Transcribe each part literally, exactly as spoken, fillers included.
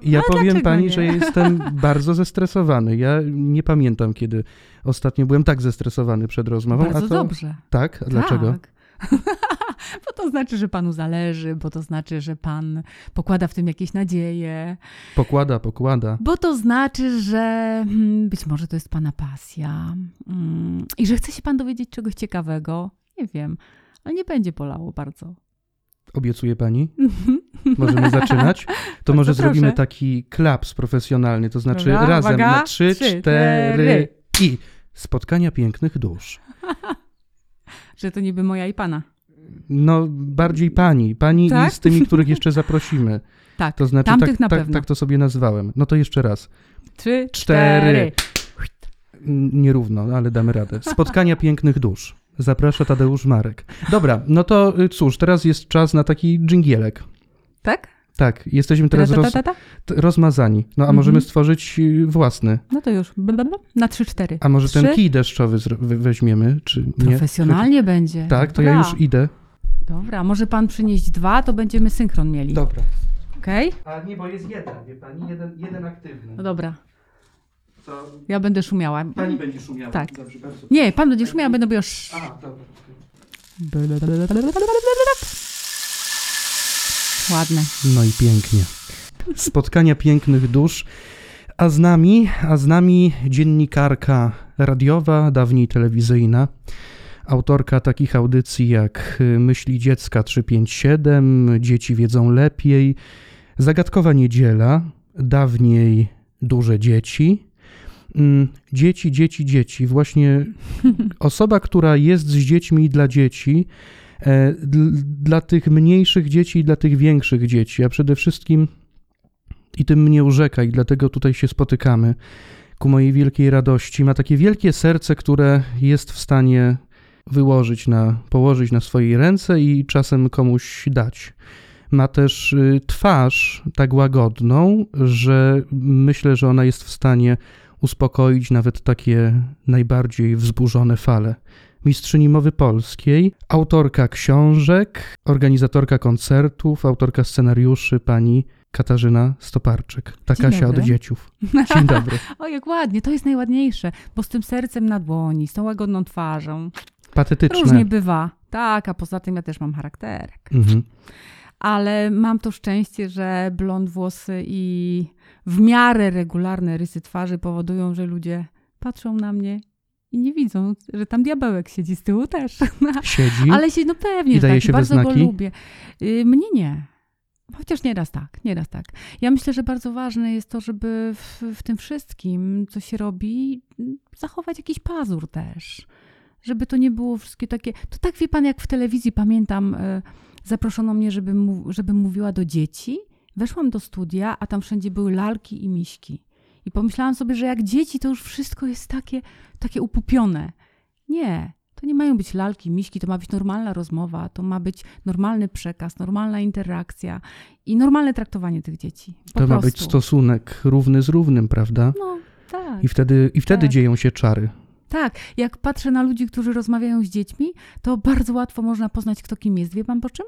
Ja no, powiem pani, nie? że jestem bardzo zestresowany. Ja nie pamiętam, kiedy ostatnio byłem tak zestresowany przed rozmową. Bardzo a to... dobrze. Tak? A dlaczego? Tak. Bo to znaczy, że panu zależy, bo to znaczy, że pan pokłada w tym jakieś nadzieje. Pokłada, pokłada. Bo to znaczy, że hmm, być może to jest pana pasja hmm, i że chce się pan dowiedzieć czegoś ciekawego. Nie wiem, ale nie będzie bolało bardzo. Obiecuje pani? Możemy zaczynać? To Bardzo może proszę. zrobimy taki klaps profesjonalny, to znaczy Dobra, razem uwaga. na trzy, Trzy, cztery i spotkania pięknych dusz. Że to niby moja i pana. No, bardziej pani. Pani Tak? i z tymi, których jeszcze zaprosimy. Tak, To znaczy, tamtych tak, na tak, pewno. tak to sobie nazwałem. No to jeszcze raz. Trzy, Cztery. cztery. Nierówno, ale damy radę. Spotkania pięknych dusz. Zaprasza Tadeusz Marek. Dobra, no to y, cóż, teraz jest czas na taki dżingielek. Tak? Tak, jesteśmy teraz roz, Ta, ta, ta, ta? t- rozmazani. No a Mhm. możemy stworzyć y, własny. No to już. Blablabla. Na trzy, cztery. A może Trzy. ten kij deszczowy zro- wy- weźmiemy, czy nie? Profesjonalnie będzie. Tak, to Dobra. ja już idę. Dobra, może pan przynieść dwa, to będziemy synchron mieli. Dobra. Okej? A nie, bo jest jeden, wie pani, jeden, jeden aktywny. No dobra. To Ja będę szumiała. pani będzie szumiała. Tak. Dobrze, bardzo. Nie, pan będzie szumiał, ja będę robiła sz... A, dobra. Ładne. No i pięknie. Spotkania pięknych dusz. A z nami, a z nami dziennikarka radiowa, dawniej telewizyjna, autorka takich audycji jak Myśli Dziecka trzysta pięćdziesiąt siedem, Dzieci wiedzą lepiej, Zagadkowa Niedziela, dawniej Duże Dzieci. Dzieci, dzieci, dzieci. Właśnie osoba, która jest z dziećmi i dla dzieci, e, d- dla tych mniejszych dzieci i dla tych większych dzieci, a przede wszystkim i tym mnie urzeka i dlatego tutaj się spotykamy ku mojej wielkiej radości. Ma takie wielkie serce, które jest w stanie wyłożyć na, położyć na swojej ręce i czasem komuś dać. Ma też y, twarz tak łagodną, że myślę, że ona jest w stanie uspokoić nawet takie najbardziej wzburzone fale. Mistrzyni mowy polskiej, autorka książek, organizatorka koncertów, autorka scenariuszy, pani Katarzyna Stoparczyk. Ta Dzień Kasia dobry. od dzieciów. Dzień dobry. O, jak ładnie, to jest najładniejsze, bo z tym sercem na dłoni, z tą łagodną twarzą. Patetyczne. Różnie bywa. Tak, a poza tym ja też mam charakterek. Mhm. Ale mam to szczęście, że blond włosy i w miarę regularne rysy twarzy powodują, że ludzie patrzą na mnie i nie widzą, że tam diabełek siedzi z tyłu też. Siedzi. Ale się, no pewnie, I że daje tak, się we bardzo go znaki? lubię. Y, Mnie nie. Chociaż nieraz tak, nieraz tak. Ja myślę, że bardzo ważne jest to, żeby w, w tym wszystkim, co się robi, zachować jakiś pazur też. Żeby to nie było wszystkie takie... To tak, wie pan, jak w telewizji, pamiętam, y, zaproszono mnie, żeby mu, żebym mówiła do dzieci. Weszłam do studia, a tam wszędzie były lalki i miśki. I pomyślałam sobie, że jak dzieci, to już wszystko jest takie, takie upupione. Nie, to nie mają być lalki, miśki, to ma być normalna rozmowa, to ma być normalny przekaz, normalna interakcja i normalne traktowanie tych dzieci. Po To ma prostu. być stosunek równy z równym, prawda? No, tak. I wtedy, i wtedy tak. dzieją się czary. Tak, jak patrzę na ludzi, którzy rozmawiają z dziećmi, to bardzo łatwo można poznać, kto kim jest. Wie pan po czym?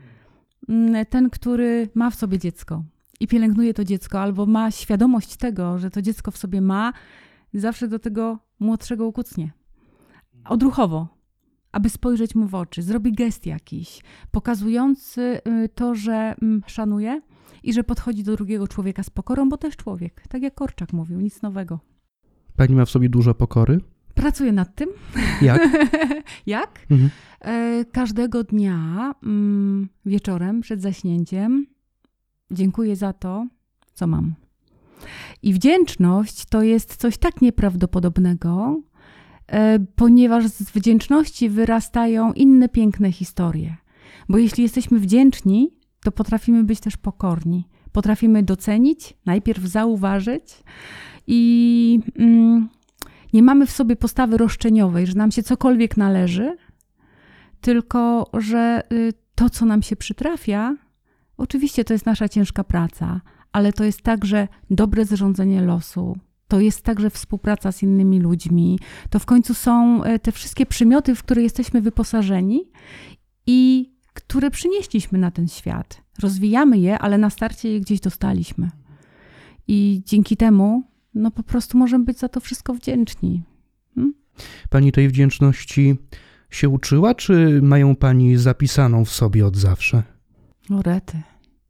Ten, który ma w sobie dziecko i pielęgnuje to dziecko, albo ma świadomość tego, że to dziecko w sobie ma, zawsze do tego młodszego ukucnie. Odruchowo, aby spojrzeć mu w oczy. Zrobi gest jakiś, pokazujący to, że szanuje i że podchodzi do drugiego człowieka z pokorą, bo to jest człowiek. Tak jak Korczak mówił, nic nowego. Pani ma w sobie dużo pokory? Pracuję nad tym. Jak? Jak? Mhm. E, każdego dnia mm, wieczorem przed zaśnięciem dziękuję za to, co mam. I wdzięczność to jest coś tak nieprawdopodobnego, e, ponieważ z wdzięczności wyrastają inne piękne historie. Bo jeśli jesteśmy wdzięczni, to potrafimy być też pokorni. Potrafimy docenić, najpierw zauważyć i mm, nie mamy w sobie postawy roszczeniowej, że nam się cokolwiek należy, tylko że y, to, co nam się przytrafia, oczywiście to jest nasza ciężka praca, ale to jest także dobre zarządzanie losu, to jest także współpraca z innymi ludźmi, to w końcu są y, te wszystkie przymioty, w które jesteśmy wyposażeni i które przynieśliśmy na ten świat. Rozwijamy je, ale na starcie je gdzieś dostaliśmy. I dzięki temu no po prostu możemy być za to wszystko wdzięczni. Hmm? Pani tej wdzięczności się uczyła, czy mają pani zapisaną w sobie od zawsze? O rety.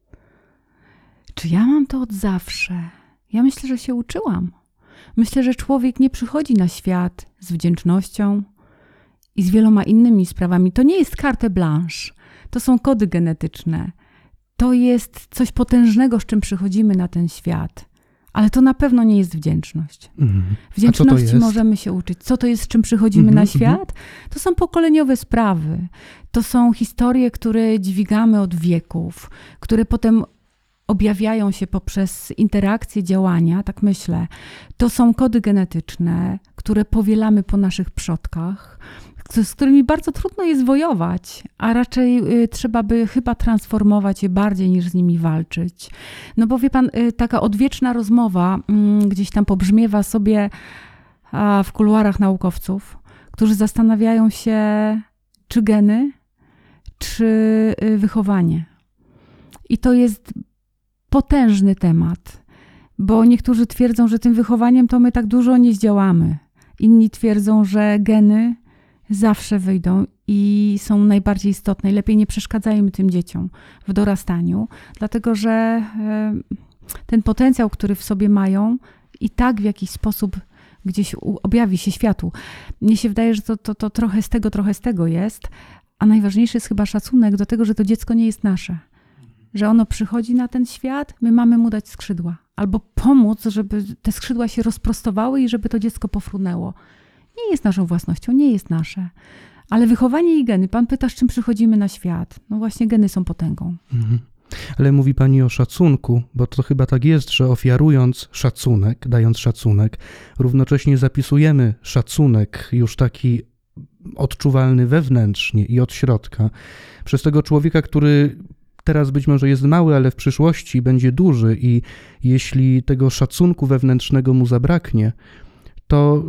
Czy ja mam to od zawsze? Ja myślę, że się uczyłam. Myślę, że człowiek nie przychodzi na świat z wdzięcznością i z wieloma innymi sprawami. To nie jest carte blanche. To są kody genetyczne. To jest coś potężnego, z czym przychodzimy na ten świat. Ale to na pewno nie jest wdzięczność. Mhm. Wdzięczności możemy się uczyć. Co to jest, z czym przychodzimy mhm, na świat? To są pokoleniowe sprawy. To są historie, które dźwigamy od wieków, które potem objawiają się poprzez interakcje, działania, tak myślę. To są kody genetyczne, które powielamy po naszych przodkach, z którymi bardzo trudno jest wojować, a raczej y, trzeba by chyba transformować je bardziej niż z nimi walczyć. No bo wie pan, y, taka odwieczna rozmowa y, gdzieś tam pobrzmiewa sobie a, w kuluarach naukowców, którzy zastanawiają się, czy geny, czy y, wychowanie. I to jest potężny temat, bo niektórzy twierdzą, że tym wychowaniem to my tak dużo nie zdziałamy. Inni twierdzą, że geny zawsze wyjdą i są najbardziej istotne. I lepiej nie przeszkadzajmy tym dzieciom w dorastaniu, dlatego że ten potencjał, który w sobie mają, i tak w jakiś sposób gdzieś objawi się światu. Mnie się wydaje, że to, to, to trochę z tego, trochę z tego jest, a najważniejszy jest chyba szacunek do tego, że to dziecko nie jest nasze. Że ono przychodzi na ten świat, my mamy mu dać skrzydła. Albo pomóc, żeby te skrzydła się rozprostowały i żeby to dziecko pofrunęło. Nie jest naszą własnością, nie jest nasze. Ale wychowanie i geny. Pan pyta, z czym przychodzimy na świat. No właśnie geny są potęgą. Mhm. Ale mówi pani o szacunku, bo to chyba tak jest, że ofiarując szacunek, dając szacunek, równocześnie zapisujemy szacunek już taki odczuwalny wewnętrznie i od środka. Przez tego człowieka, który teraz być może jest mały, ale w przyszłości będzie duży i jeśli tego szacunku wewnętrznego mu zabraknie, to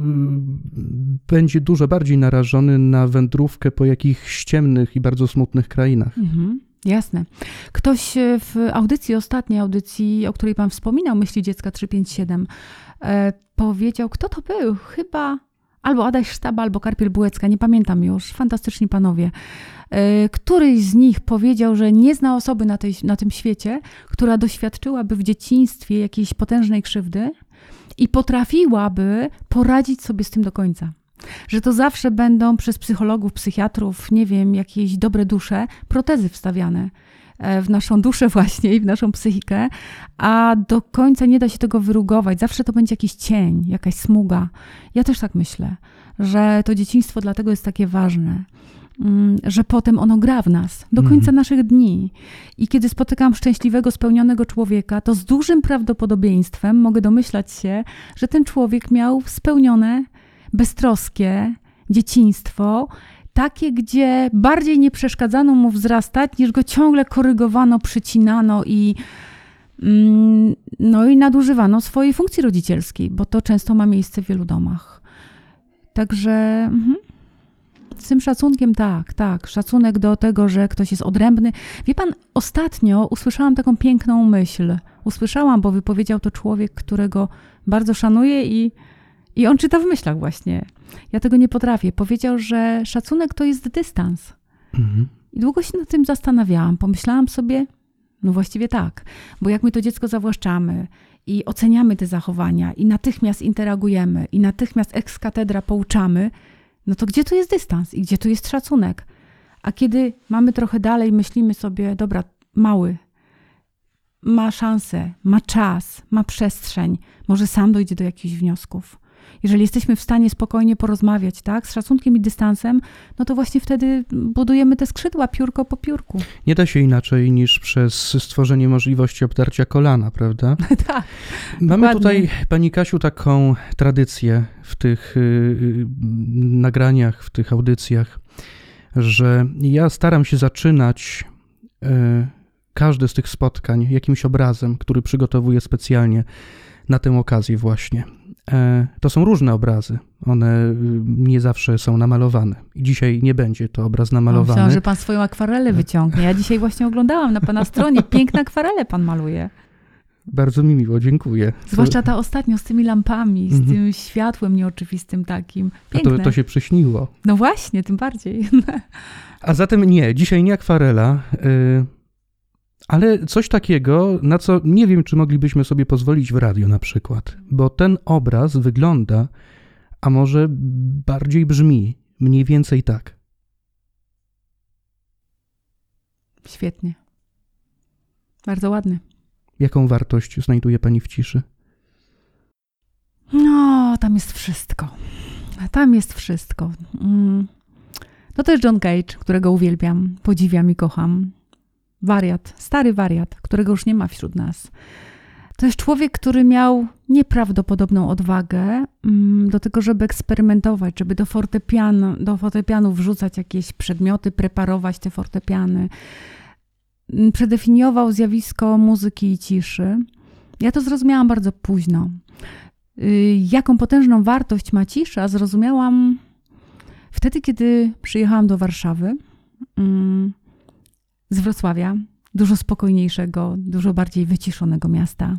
będzie dużo bardziej narażony na wędrówkę po jakichś ciemnych i bardzo smutnych krainach. Mhm, jasne. Ktoś w audycji, ostatniej audycji, o której pan wspominał, Myśli Dziecka trzysta pięćdziesiąt siedem, e, powiedział, kto to był? Chyba albo Adaś Sztaba, albo Karpiel Bułecka, nie pamiętam już, fantastyczni panowie. E, któryś z nich powiedział, że nie zna osoby na, tej, na tym świecie, która doświadczyłaby w dzieciństwie jakiejś potężnej krzywdy i potrafiłaby poradzić sobie z tym do końca. Że to zawsze będą przez psychologów, psychiatrów, nie wiem, jakieś dobre dusze, protezy wstawiane w naszą duszę właśnie i w naszą psychikę, a do końca nie da się tego wyrugować. Zawsze to będzie jakiś cień, jakaś smuga. Ja też tak myślę, że to dzieciństwo dlatego jest takie ważne, że potem ono gra w nas do końca mhm. naszych dni. I kiedy spotykam szczęśliwego, spełnionego człowieka, to z dużym prawdopodobieństwem mogę domyślać się, że ten człowiek miał spełnione, beztroskie dzieciństwo, takie, gdzie bardziej nie przeszkadzano mu wzrastać, niż go ciągle korygowano, przycinano i, no i nadużywano swojej funkcji rodzicielskiej, bo to często ma miejsce w wielu domach. Także mhm. z tym szacunkiem tak, tak. Szacunek do tego, że ktoś jest odrębny. Wie pan, ostatnio usłyszałam taką piękną myśl. Usłyszałam, bo wypowiedział to człowiek, którego bardzo szanuję i, i on czyta w myślach właśnie. Ja tego nie potrafię. Powiedział, że szacunek to jest dystans. Mhm. I długo się nad tym zastanawiałam. Pomyślałam sobie, no właściwie tak. Bo jak my to dziecko zawłaszczamy i oceniamy te zachowania i natychmiast interagujemy i natychmiast ex cathedra pouczamy, no to gdzie tu jest dystans i gdzie tu jest szacunek? A kiedy mamy trochę dalej, myślimy sobie, dobra, mały, ma szansę, ma czas, ma przestrzeń, może sam dojdzie do jakichś wniosków. Jeżeli jesteśmy w stanie spokojnie porozmawiać, tak, z szacunkiem i dystansem, no to właśnie wtedy budujemy te skrzydła piórko po piórku. Nie da się inaczej niż przez stworzenie możliwości obtarcia kolana, prawda? Tak. Mamy dokładnie. tutaj, pani Kasiu, taką tradycję w tych y, nagraniach, w tych audycjach, że ja staram się zaczynać y, każde z tych spotkań jakimś obrazem, który przygotowuję specjalnie na tę okazję właśnie. To są różne obrazy. One nie zawsze są namalowane. I dzisiaj nie będzie to obraz namalowany. Myślałam, że pan swoją akwarelę wyciągnie. Ja dzisiaj właśnie oglądałam na pana stronie. Piękne akwarele pan maluje. Bardzo mi miło, dziękuję. Zwłaszcza ta ostatnio z tymi lampami, z Mhm. tym światłem nieoczywistym takim. A Piękne. to, to się przyśniło. No właśnie, tym bardziej. A zatem nie, dzisiaj nie akwarela, y, ale coś takiego, na co nie wiem, czy moglibyśmy sobie pozwolić w radiu na przykład, bo ten obraz wygląda, a może bardziej brzmi, mniej więcej tak. Świetnie. Bardzo ładny. Jaką wartość znajduje pani w ciszy? No, tam jest wszystko. Tam jest wszystko. Mm. No to jest John Cage, którego uwielbiam, podziwiam i kocham. Wariat, stary wariat, którego już nie ma wśród nas. To jest człowiek, który miał nieprawdopodobną odwagę mm, do tego, żeby eksperymentować, żeby do fortepianu, do fortepianu wrzucać jakieś przedmioty, preparować te fortepiany. Mm, Przedefiniował zjawisko muzyki i ciszy. Ja to zrozumiałam bardzo późno. Y, jaką potężną wartość ma cisza, zrozumiałam wtedy, kiedy przyjechałam do Warszawy mm, z Wrocławia, dużo spokojniejszego, dużo bardziej wyciszonego miasta.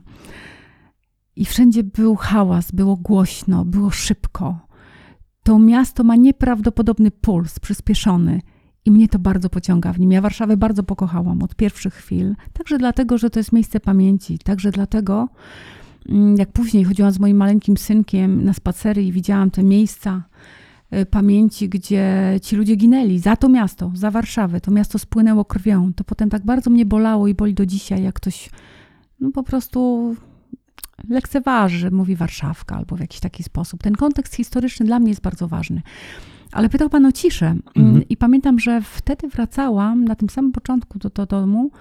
I wszędzie był hałas, było głośno, było szybko. To miasto ma nieprawdopodobny puls, przyspieszony. I mnie to bardzo pociąga w nim. Ja Warszawę bardzo pokochałam od pierwszych chwil. Także dlatego, że to jest miejsce pamięci. Także dlatego, jak później chodziłam z moim maleńkim synkiem na spacery i widziałam te miejsca pamięci, gdzie ci ludzie ginęli za to miasto, za Warszawę. To miasto spłynęło krwią. To potem tak bardzo mnie bolało i boli do dzisiaj, jak ktoś no po prostu lekceważy, mówi Warszawka albo w jakiś taki sposób. Ten kontekst historyczny dla mnie jest bardzo ważny. Ale pytał pan o ciszę mhm. i pamiętam, że wtedy wracałam na tym samym początku do, do domu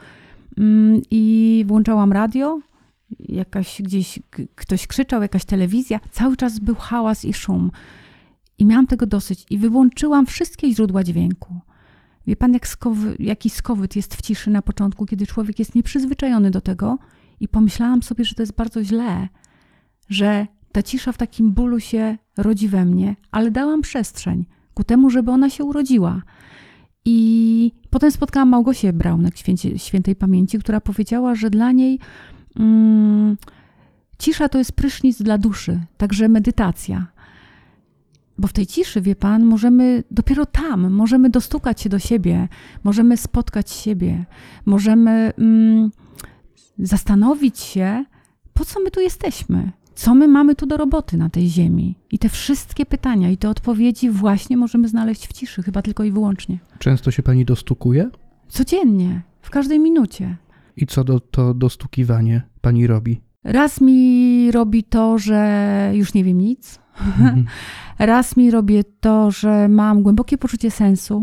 i włączałam radio, jakaś gdzieś ktoś krzyczał, jakaś telewizja, cały czas był hałas i szum. I miałam tego dosyć i wyłączyłam wszystkie źródła dźwięku. Wie pan, jak skowy, jaki skowyt jest w ciszy na początku, kiedy człowiek jest nieprzyzwyczajony do tego i pomyślałam sobie, że to jest bardzo źle, że ta cisza w takim bólu się rodzi we mnie, ale dałam przestrzeń ku temu, żeby ona się urodziła. I potem spotkałam Małgosię Braunek, święcie, świętej pamięci, która powiedziała, że dla niej mm, cisza to jest prysznic dla duszy, także medytacja. Bo w tej ciszy, wie pan, możemy, dopiero tam, możemy dostukać się do siebie, możemy spotkać siebie, możemy mm, zastanowić się, po co my tu jesteśmy, co my mamy tu do roboty na tej ziemi. I te wszystkie pytania i te odpowiedzi właśnie możemy znaleźć w ciszy, chyba tylko i wyłącznie. Często się pani dostukuje? Codziennie, w każdej minucie. I co do, to dostukiwanie pani robi? Raz mi robi to, że już nie wiem nic. Mhm. Raz mi robię to, że mam głębokie poczucie sensu.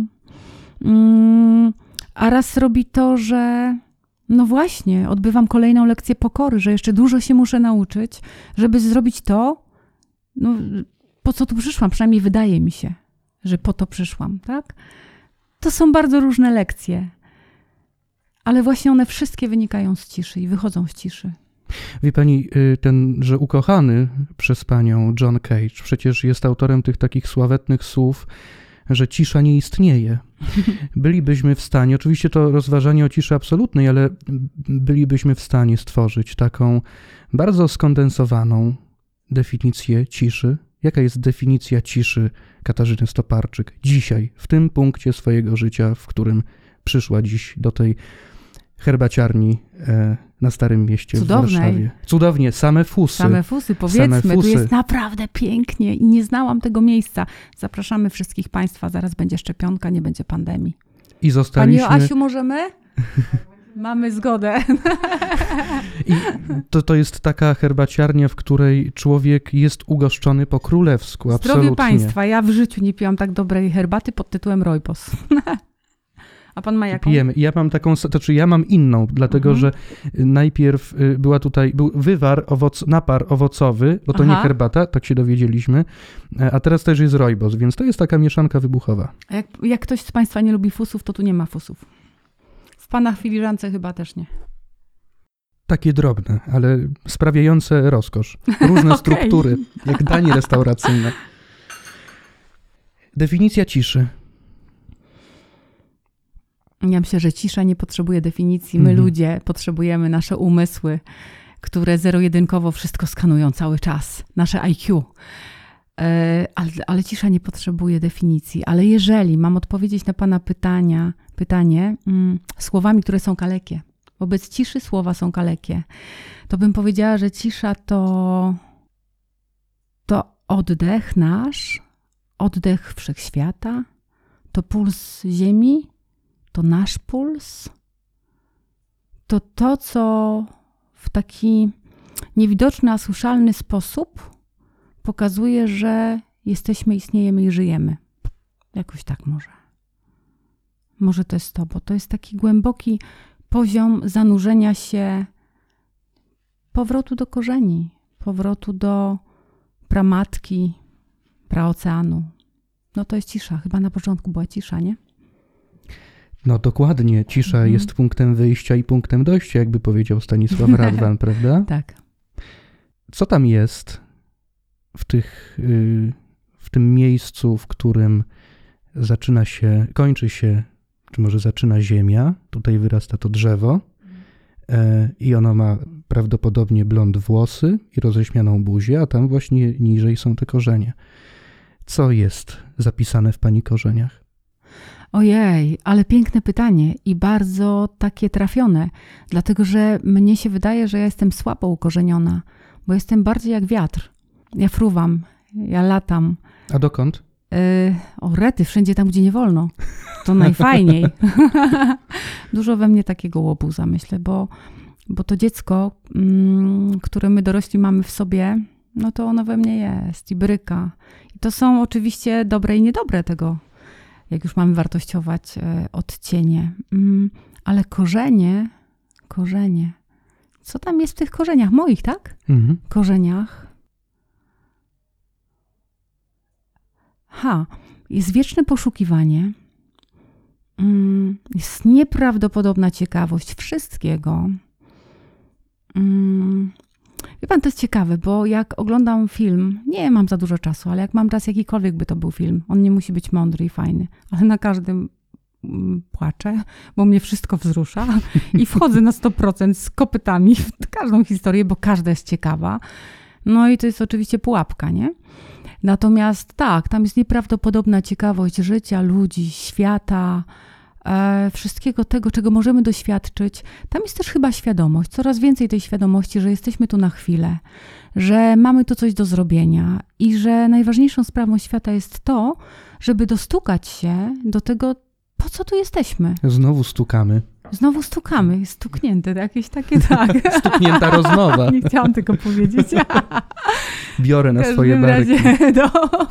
A raz robi to, że no właśnie, odbywam kolejną lekcję pokory, że jeszcze dużo się muszę nauczyć, żeby zrobić to, no, po co tu przyszłam. Przynajmniej wydaje mi się, że po to przyszłam, tak? To są bardzo różne lekcje. Ale właśnie one wszystkie wynikają z ciszy i wychodzą z ciszy. Wie pani, tenże ukochany przez panią John Cage przecież jest autorem tych takich sławetnych słów, że cisza nie istnieje. Bylibyśmy w stanie, oczywiście to rozważanie o ciszy absolutnej, ale bylibyśmy w stanie stworzyć taką bardzo skondensowaną definicję ciszy. Jaka jest definicja ciszy Katarzyny Stoparczyk dzisiaj, w tym punkcie swojego życia, w którym przyszła dziś do tej herbaciarni e, na Starym Mieście Cudownej. w Warszawie. Cudownie, same fusy. Same fusy, powiedzmy, same fusy. Tu jest naprawdę pięknie i nie znałam tego miejsca. Zapraszamy wszystkich państwa, zaraz będzie szczepionka, nie będzie pandemii. I zostaliśmy... Pani Joasiu, możemy? Mamy zgodę. I to, to jest taka herbaciarnia, w której człowiek jest ugoszczony po królewsku, Zdrowie absolutnie. państwa, ja w życiu nie piłam tak dobrej herbaty pod tytułem Rooibos. A pan ma jaką? Pijemy. Ja mam taką, to znaczy ja mam inną, dlatego Mhm. że najpierw była tutaj, był wywar, owoc, napar owocowy, bo to Aha. nie herbata, tak się dowiedzieliśmy, a teraz też jest rooibos, więc to jest taka mieszanka wybuchowa. A jak, jak ktoś z państwa nie lubi fusów, to tu nie ma fusów. W pana filiżance chyba też nie. Takie drobne, ale sprawiające rozkosz. Różne Okej. struktury, jak danie restauracyjne. Definicja ciszy. Ja myślę, że cisza nie potrzebuje definicji. My Mhm. ludzie potrzebujemy nasze umysły, które zero-jedynkowo wszystko skanują cały czas, nasze I Q. Ale, ale cisza nie potrzebuje definicji. Ale jeżeli mam odpowiedzieć na pana pytania, pytanie mm, słowami, które są kalekie, wobec ciszy słowa są kalekie, to bym powiedziała, że cisza to, to oddech nasz, oddech wszechświata, to puls ziemi, to nasz puls, to to, co w taki niewidoczny, asłyszalny sposób pokazuje, że jesteśmy, istniejemy i żyjemy. Jakoś tak może. Może to jest to, bo to jest taki głęboki poziom zanurzenia się, powrotu do korzeni, powrotu do pramatki, praoceanu. No to jest cisza. Chyba na początku była cisza, nie? No dokładnie. Cisza mhm. jest punktem wyjścia i punktem dojścia, jakby powiedział Stanisław Radwan, prawda? Tak. Co tam jest w, tych, w tym miejscu, w którym zaczyna się, kończy się, czy może zaczyna ziemia, tutaj wyrasta to drzewo i ono ma prawdopodobnie blond włosy i roześmianą buzię, a tam właśnie niżej są te korzenie. Co jest zapisane w pani korzeniach? Ojej, ale piękne pytanie i bardzo takie trafione, dlatego że mnie się wydaje, że ja jestem słabo ukorzeniona, bo jestem bardziej jak wiatr. Ja fruwam, ja latam. A dokąd? Yy, o rety, wszędzie tam, gdzie nie wolno. To najfajniej. Dużo we mnie takiego łobuza, myślę, bo, bo to dziecko, mm, które my dorośli mamy w sobie, no to ono we mnie jest i bryka. I to są oczywiście dobre i niedobre tego, jak już mamy wartościować e, odcienie. Mm, ale korzenie, korzenie. Co tam jest w tych korzeniach? Moich, tak? Mhm. Korzeniach. Ha, jest wieczne poszukiwanie. Mm, jest nieprawdopodobna ciekawość wszystkiego. Mm, wie pan, to jest ciekawe, bo jak oglądam film, nie mam za dużo czasu, ale jak mam czas, jakikolwiek by to był film, on nie musi być mądry i fajny, ale na każdym mm, płaczę, bo mnie wszystko wzrusza i wchodzę na sto procent z kopytami w każdą historię, bo każda jest ciekawa. No i to jest oczywiście pułapka, nie? Natomiast tak, tam jest nieprawdopodobna ciekawość życia, ludzi, świata, e, wszystkiego tego, czego możemy doświadczyć. Tam jest też chyba świadomość, coraz więcej tej świadomości, że jesteśmy tu na chwilę, że mamy tu coś do zrobienia i że najważniejszą sprawą świata jest to, żeby dostukać się do tego, po co tu jesteśmy. Znowu stukamy. Znowu stukamy, stuknięte, jakieś takie tak. Stuknięta rozmowa. Nie chciałam tego powiedzieć. Biorę na swoje barki. No.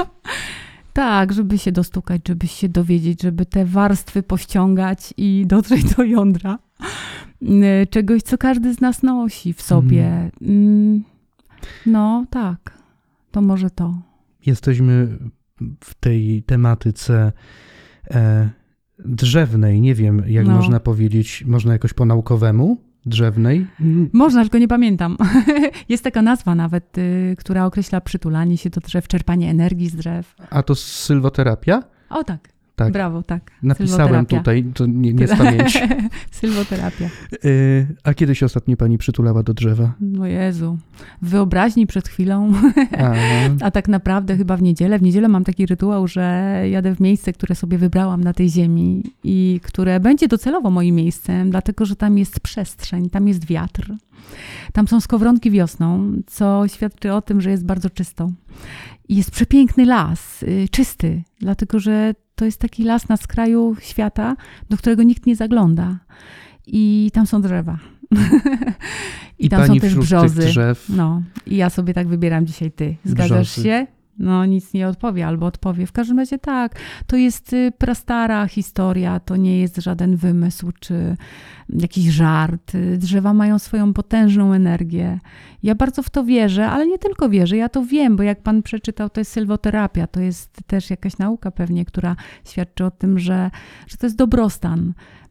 Tak, żeby się dostukać, żeby się dowiedzieć, żeby te warstwy pościągać i dotrzeć do jądra czegoś, co każdy z nas nosi w sobie. Mm. No tak, to może to. Jesteśmy w tej tematyce e, drzewnej, nie wiem jak no. można powiedzieć, można jakoś po naukowemu? Drzewnej? Można, tylko nie pamiętam. Jest taka nazwa nawet, y, która określa przytulanie się do drzew, czerpanie energii z drzew. A to sylwoterapia? O tak, tak. brawo, tak. Napisałem tutaj, to nie, nie z pamięci. Sylwoterapia. Y, a kiedy się ostatnio pani przytulała do drzewa? No Jezu, w wyobraźni przed chwilą, a, a tak naprawdę chyba w niedzielę. W niedzielę mam taki rytuał, że jadę w miejsce, które sobie wybrałam na tej ziemi i które będzie docelowo moim miejscem, dlatego że tam jest przestrzeń, tam jest wiatr. Tam są skowronki wiosną, co świadczy o tym, że jest bardzo czysto. I jest przepiękny las, y, czysty, dlatego że to jest taki las na skraju świata, do którego nikt nie zagląda. I tam są drzewa. I, I tam są też brzozy. Drzew... No. I ja sobie tak wybieram dzisiaj ty. Zgadzasz brzozy. się? No nic nie odpowie albo odpowie. W każdym razie tak. To jest prastara historia. To nie jest żaden wymysł czy jakiś żart. Drzewa mają swoją potężną energię. Ja bardzo w to wierzę, ale nie tylko wierzę. Ja to wiem, bo jak pan przeczytał, to jest sylwoterapia. To jest też jakaś nauka pewnie, która świadczy o tym, że, że to jest dobrostan.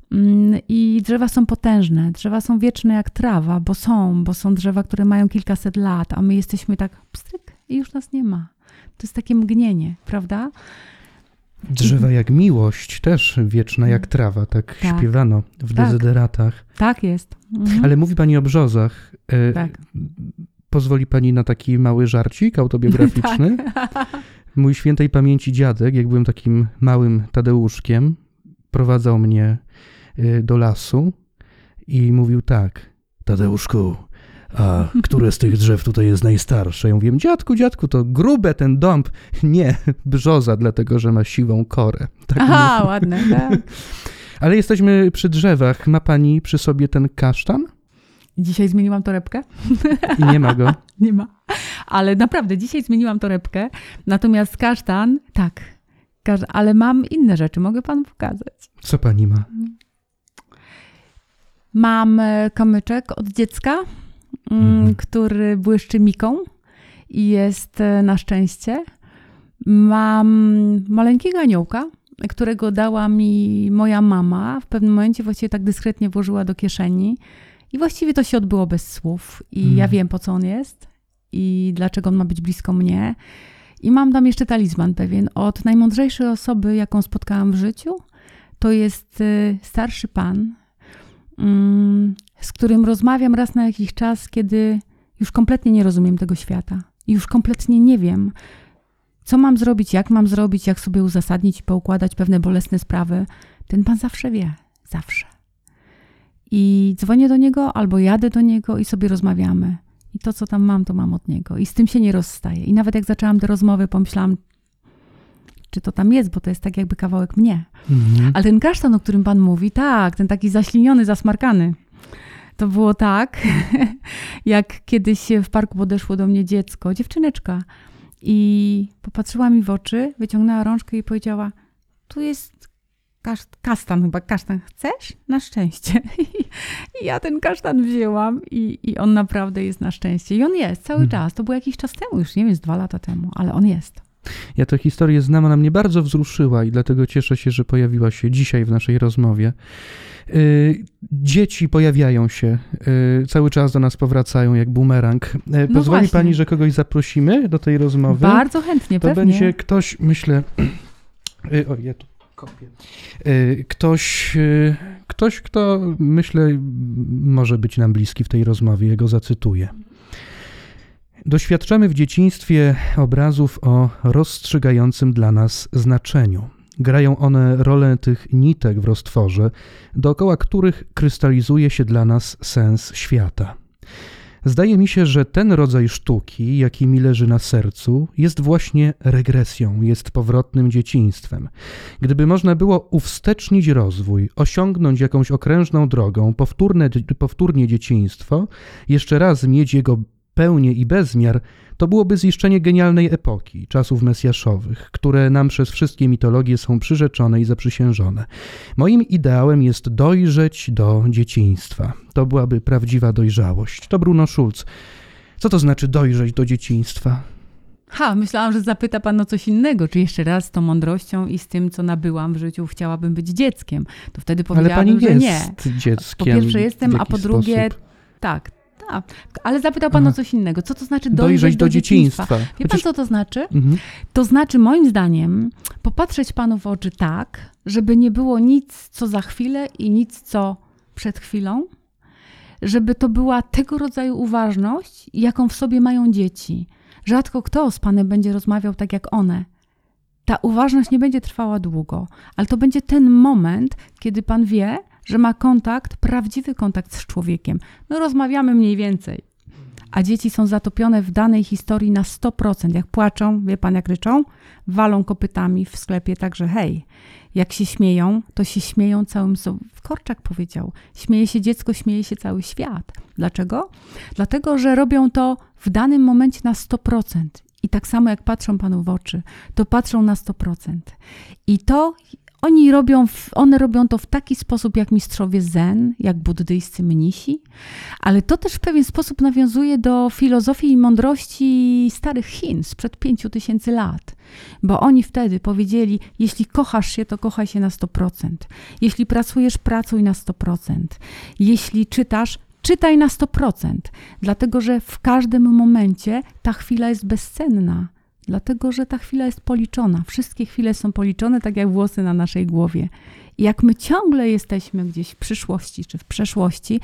I drzewa są potężne, drzewa są wieczne jak trawa, bo są, bo są drzewa, które mają kilkaset lat, a my jesteśmy tak pstryk i już nas nie ma. To jest takie mgnienie, prawda? Drzewa jak miłość, też wieczna jak trawa, tak, tak. śpiewano w tak. dezyderatach. Tak jest. Mhm. Ale mówi pani o brzozach. E, Tak. Pozwoli pani na taki mały żarcik autobiograficzny? Tak. Mój świętej pamięci dziadek, jak byłem takim małym Tadeuszkiem, prowadzał mnie y, do lasu i mówił tak: Tadeuszku, a które z tych drzew tutaj jest najstarsze? Ja mówię: dziadku, dziadku, to grube ten dąb. Nie, brzoza, dlatego że ma siwą korę. Tak Aha, mówił. ładne, tak. Ale jesteśmy przy drzewach. Ma pani przy sobie ten kasztan? Dzisiaj zmieniłam torebkę. I nie ma go. Nie ma. Ale naprawdę, dzisiaj zmieniłam torebkę. Natomiast kasztan, tak. Kasz... Ale mam inne rzeczy, mogę panu pokazać. Co pani ma? Mam e, kamyczek od dziecka, mm, Mhm. który błyszczy miką i jest e, na szczęście. Mam maleńkiego aniołka, którego dała mi moja mama. W pewnym momencie właściwie tak dyskretnie włożyła do kieszeni. I właściwie to się odbyło bez słów. I Mhm. ja wiem, po co on jest i dlaczego on ma być blisko mnie. I mam tam jeszcze talizman pewien od najmądrzejszej osoby, jaką spotkałam w życiu. To jest y, starszy pan, mm, z którym rozmawiam raz na jakiś czas, kiedy już kompletnie nie rozumiem tego świata. I już kompletnie nie wiem, co mam zrobić, jak mam zrobić, jak sobie uzasadnić i poukładać pewne bolesne sprawy. Ten pan zawsze wie. Zawsze. I dzwonię do niego albo jadę do niego i sobie rozmawiamy. I to, co tam mam, to mam od niego. I z tym się nie rozstaję. I nawet jak zaczęłam te rozmowy, pomyślałam, czy to tam jest, bo to jest tak jakby kawałek mnie. Mhm. Ale ten kasztan, o którym pan mówi, tak, ten taki zaśliniony, zasmarkany. To było tak, jak kiedyś w parku podeszło do mnie dziecko, dziewczyneczka. I popatrzyła mi w oczy, wyciągnęła rączkę i powiedziała: tu jest kasz- kasztan chyba, kasztan chcesz? Na szczęście. I ja ten kasztan wzięłam i, i on naprawdę jest na szczęście. I on jest cały Mhm. czas. To było jakiś czas temu, już nie wiem, z dwa lata temu, ale on jest. Ja tę historię znam, ona mnie bardzo wzruszyła i dlatego cieszę się, że pojawiła się dzisiaj w naszej rozmowie. Yy, dzieci pojawiają się, yy, cały czas do nas powracają jak bumerang. Yy, No pozwoli właśnie. pani, że kogoś zaprosimy do tej rozmowy? Bardzo chętnie, To pewnie. będzie ktoś, myślę... Yy, o, ja tu kopię. Yy, ktoś, yy, ktoś, kto, myślę, może być nam bliski w tej rozmowie. Ja go zacytuję. Doświadczamy w dzieciństwie obrazów o rozstrzygającym dla nas znaczeniu. Grają one rolę tych nitek w roztworze, dookoła których krystalizuje się dla nas sens świata. Zdaje mi się, że ten rodzaj sztuki, jaki mi leży na sercu, jest właśnie regresją, jest powrotnym dzieciństwem. Gdyby można było uwstecznić rozwój, osiągnąć jakąś okrężną drogą, powtórne, powtórnie dzieciństwo, jeszcze raz mieć jego pełnię i bezmiar, to byłoby ziszczenie genialnej epoki, czasów mesjaszowych, które nam przez wszystkie mitologie są przyrzeczone i zaprzysiężone. Moim ideałem jest dojrzeć do dzieciństwa. To byłaby prawdziwa dojrzałość. To Bruno Schulz. Co to znaczy dojrzeć do dzieciństwa? Ha, myślałam, że zapyta pan o coś innego, czy jeszcze raz z tą mądrością i z tym, co nabyłam w życiu, chciałabym być dzieckiem. To wtedy Ale powiedziałabym, pani że nie. jest dzieckiem. Po pierwsze jestem, w a jakiś po drugie sposób. tak, tak. Ale zapytał pan Aha. o coś innego. Co to znaczy dojrzeć, Dojrzeć do, do dzieciństwa? dzieciństwa. Wie pan, Chociaż- co to znaczy? Mhm. To znaczy, moim zdaniem, popatrzeć panu w oczy tak, żeby nie było nic, co za chwilę i nic, co przed chwilą. Żeby to była tego rodzaju uważność, jaką w sobie mają dzieci. Rzadko kto z panem będzie rozmawiał tak jak one. Ta uważność nie będzie trwała długo, ale to będzie ten moment, kiedy pan wie, że ma kontakt, prawdziwy kontakt z człowiekiem. No rozmawiamy mniej więcej. A dzieci są zatopione w danej historii na sto procent. Jak płaczą, wie pan jak ryczą, walą kopytami w sklepie, także hej. Jak się śmieją, to się śmieją całym... so- Korczak powiedział, śmieje się dziecko, śmieje się cały świat. Dlaczego? Dlatego, że robią to w danym momencie na sto procent. I tak samo jak patrzą panu w oczy, to patrzą na sto procent. I to oni robią, w, one robią to w taki sposób jak mistrzowie zen, jak buddyjscy mnisi, ale to też w pewien sposób nawiązuje do filozofii i mądrości starych Chin sprzed pięciu tysięcy lat. Bo oni wtedy powiedzieli, jeśli kochasz się, to kochaj się na sto procent. Jeśli pracujesz, pracuj na sto procent. Jeśli czytasz, czytaj na sto procent. Dlatego, że w każdym momencie ta chwila jest bezcenna. Dlatego, że ta chwila jest policzona. Wszystkie chwile są policzone, tak jak włosy na naszej głowie. I jak my ciągle jesteśmy gdzieś w przyszłości czy w przeszłości,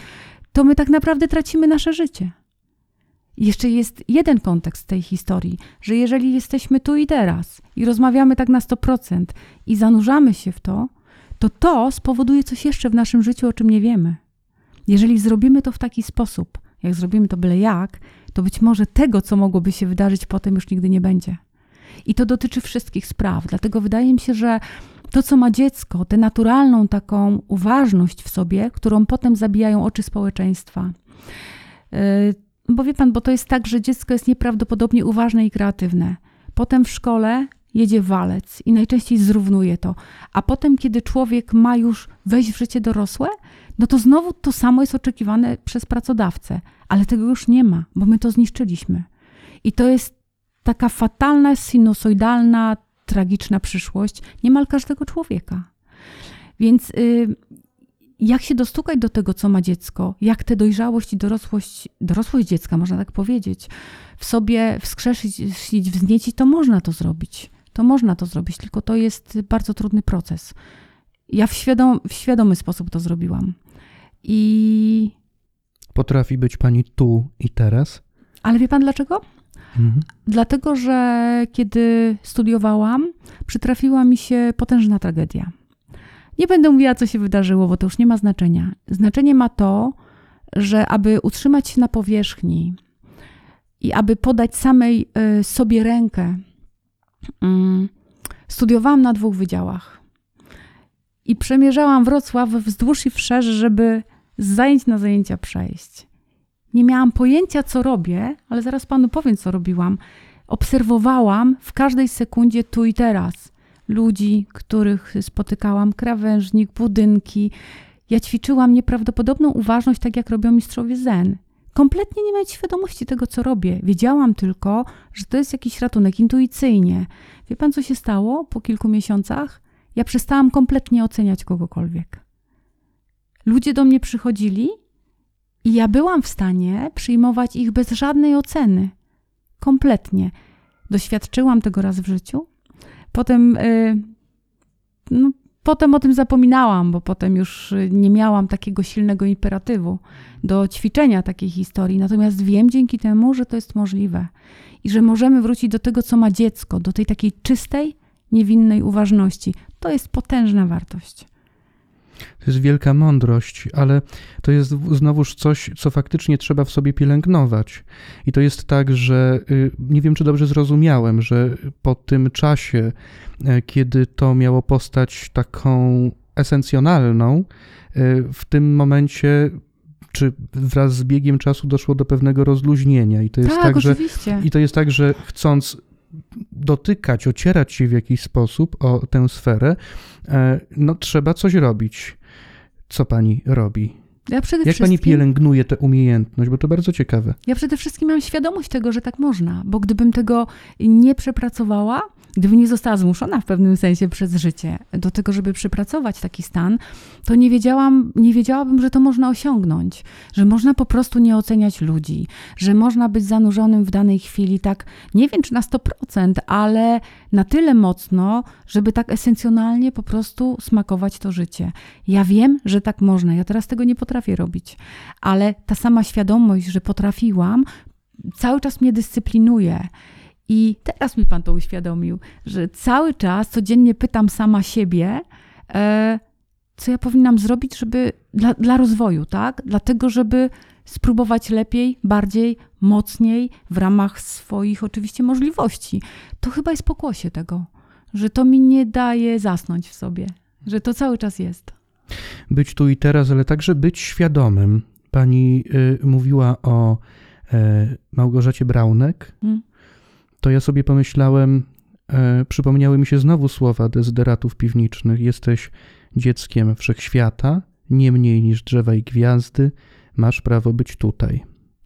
to my tak naprawdę tracimy nasze życie. Jeszcze jest jeden kontekst tej historii, że jeżeli jesteśmy tu i teraz i rozmawiamy tak na sto procent i zanurzamy się w to, to to spowoduje coś jeszcze w naszym życiu, o czym nie wiemy. Jeżeli zrobimy to w taki sposób, jak zrobimy to byle jak, to być może tego, co mogłoby się wydarzyć potem, już nigdy nie będzie. I to dotyczy wszystkich spraw. Dlatego wydaje mi się, że to, co ma dziecko, tę naturalną taką uważność w sobie, którą potem zabijają oczy społeczeństwa. Yy, bo wie pan, bo to jest tak, że dziecko jest nieprawdopodobnie uważne i kreatywne. Potem w szkole jedzie walec i najczęściej zrównuje to. A potem, kiedy człowiek ma już wejść w życie dorosłe, no to znowu to samo jest oczekiwane przez pracodawcę. Ale tego już nie ma, bo my to zniszczyliśmy. I to jest taka fatalna, sinusoidalna, tragiczna przyszłość niemal każdego człowieka. Więc y, jak się dostukać do tego, co ma dziecko, jak tę dojrzałość i dorosłość, dorosłość dziecka, można tak powiedzieć, w sobie wskrzesić, wzniecić, to można to zrobić. To można to zrobić, tylko to jest bardzo trudny proces. Ja w, świadom, w świadomy sposób to zrobiłam. I... Potrafi być pani tu i teraz? Ale wie pan dlaczego? Mhm. Dlatego, że kiedy studiowałam, przytrafiła mi się potężna tragedia. Nie będę mówiła, co się wydarzyło, bo to już nie ma znaczenia. Znaczenie ma to, że aby utrzymać się na powierzchni i aby podać samej y, sobie rękę, y, studiowałam na dwóch wydziałach. I przemierzałam Wrocław wzdłuż i wszerz, żeby z zajęć na zajęcia przejść. Nie miałam pojęcia, co robię, ale zaraz panu powiem, co robiłam. Obserwowałam w każdej sekundzie tu i teraz ludzi, których spotykałam, krawężnik, budynki. Ja ćwiczyłam nieprawdopodobną uważność, tak jak robią mistrzowie zen. Kompletnie nie mając świadomości tego, co robię. Wiedziałam tylko, że to jest jakiś ratunek intuicyjnie. Wie pan, co się stało po kilku miesiącach? Ja przestałam kompletnie oceniać kogokolwiek. Ludzie do mnie przychodzili i ja byłam w stanie przyjmować ich bez żadnej oceny. Kompletnie. Doświadczyłam tego raz w życiu. Potem, yy, no, potem o tym zapominałam, bo potem już nie miałam takiego silnego imperatywu do ćwiczenia takiej historii. Natomiast wiem dzięki temu, że to jest możliwe. I że możemy wrócić do tego, co ma dziecko, do tej takiej czystej, niewinnej uważności. To jest potężna wartość. To jest wielka mądrość, ale to jest znowuż coś, co faktycznie trzeba w sobie pielęgnować. I to jest tak, że nie wiem, czy dobrze zrozumiałem, że po tym czasie, kiedy to miało postać taką esencjonalną, w tym momencie, czy wraz z biegiem czasu doszło do pewnego rozluźnienia. I to jest tak, tak, że, oczywiście. i to jest tak, że chcąc dotykać, ocierać się w jakiś sposób o tę sferę, no trzeba coś robić. Co pani robi? Ja przede Jak pani wszystkim, pielęgnuje tę umiejętność? Bo to bardzo ciekawe. ja przede wszystkim mam świadomość tego, że tak można, bo gdybym tego nie przepracowała, gdybym nie została zmuszona w pewnym sensie przez życie do tego, żeby przepracować taki stan, to nie wiedziałam, nie wiedziałabym, że to można osiągnąć, że można po prostu nie oceniać ludzi, że można być zanurzonym w danej chwili tak, nie wiem czy na sto procent, ale na tyle mocno, żeby tak esencjonalnie po prostu smakować to życie. Ja wiem, że tak można, ja teraz tego nie potrafię robić, ale ta sama świadomość, że potrafiłam, cały czas mnie dyscyplinuje. I teraz mi pan to uświadomił, że cały czas, codziennie pytam sama siebie, e, co ja powinnam zrobić, żeby dla, dla rozwoju, tak? Dlatego, żeby spróbować lepiej, bardziej, mocniej, w ramach swoich oczywiście możliwości. To chyba jest pokłosie tego, że to mi nie daje zasnąć w sobie, że to cały czas jest. Być tu i teraz, ale także być świadomym. Pani y, mówiła o y, Małgorzacie Braunek. Hmm. To ja sobie pomyślałem, e, przypomniały mi się znowu słowa dezyderatów piwniczych. Jesteś dzieckiem wszechświata, nie mniej niż drzewa i gwiazdy, masz prawo być tutaj.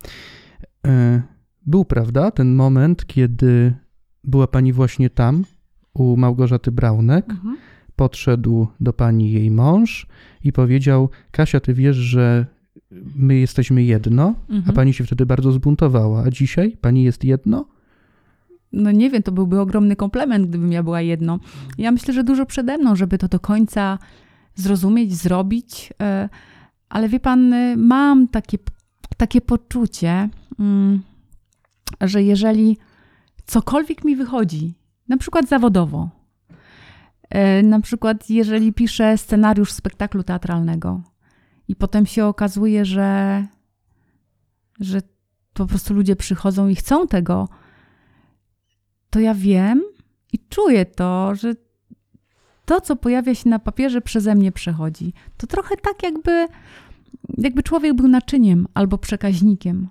E, był, prawda, ten moment, kiedy była pani właśnie tam, u Małgorzaty Braunek, mhm. Podszedł do pani jej mąż i powiedział: Kasia, ty wiesz, że my jesteśmy jedno, mhm. a pani się wtedy bardzo zbuntowała, a dzisiaj pani jest jedno? No nie wiem, to byłby ogromny komplement, gdybym ja była jedno. Ja myślę, że dużo przede mną, żeby to do końca zrozumieć, zrobić, Ale wie pan, mam takie, takie poczucie, że jeżeli cokolwiek mi wychodzi, na przykład zawodowo, na przykład jeżeli piszę scenariusz spektaklu teatralnego i potem się okazuje, że, że po prostu ludzie przychodzą i chcą tego, to ja wiem i czuję to, że to, co pojawia się na papierze, przeze mnie przechodzi. To trochę tak, jakby, jakby człowiek był naczyniem albo przekaźnikiem.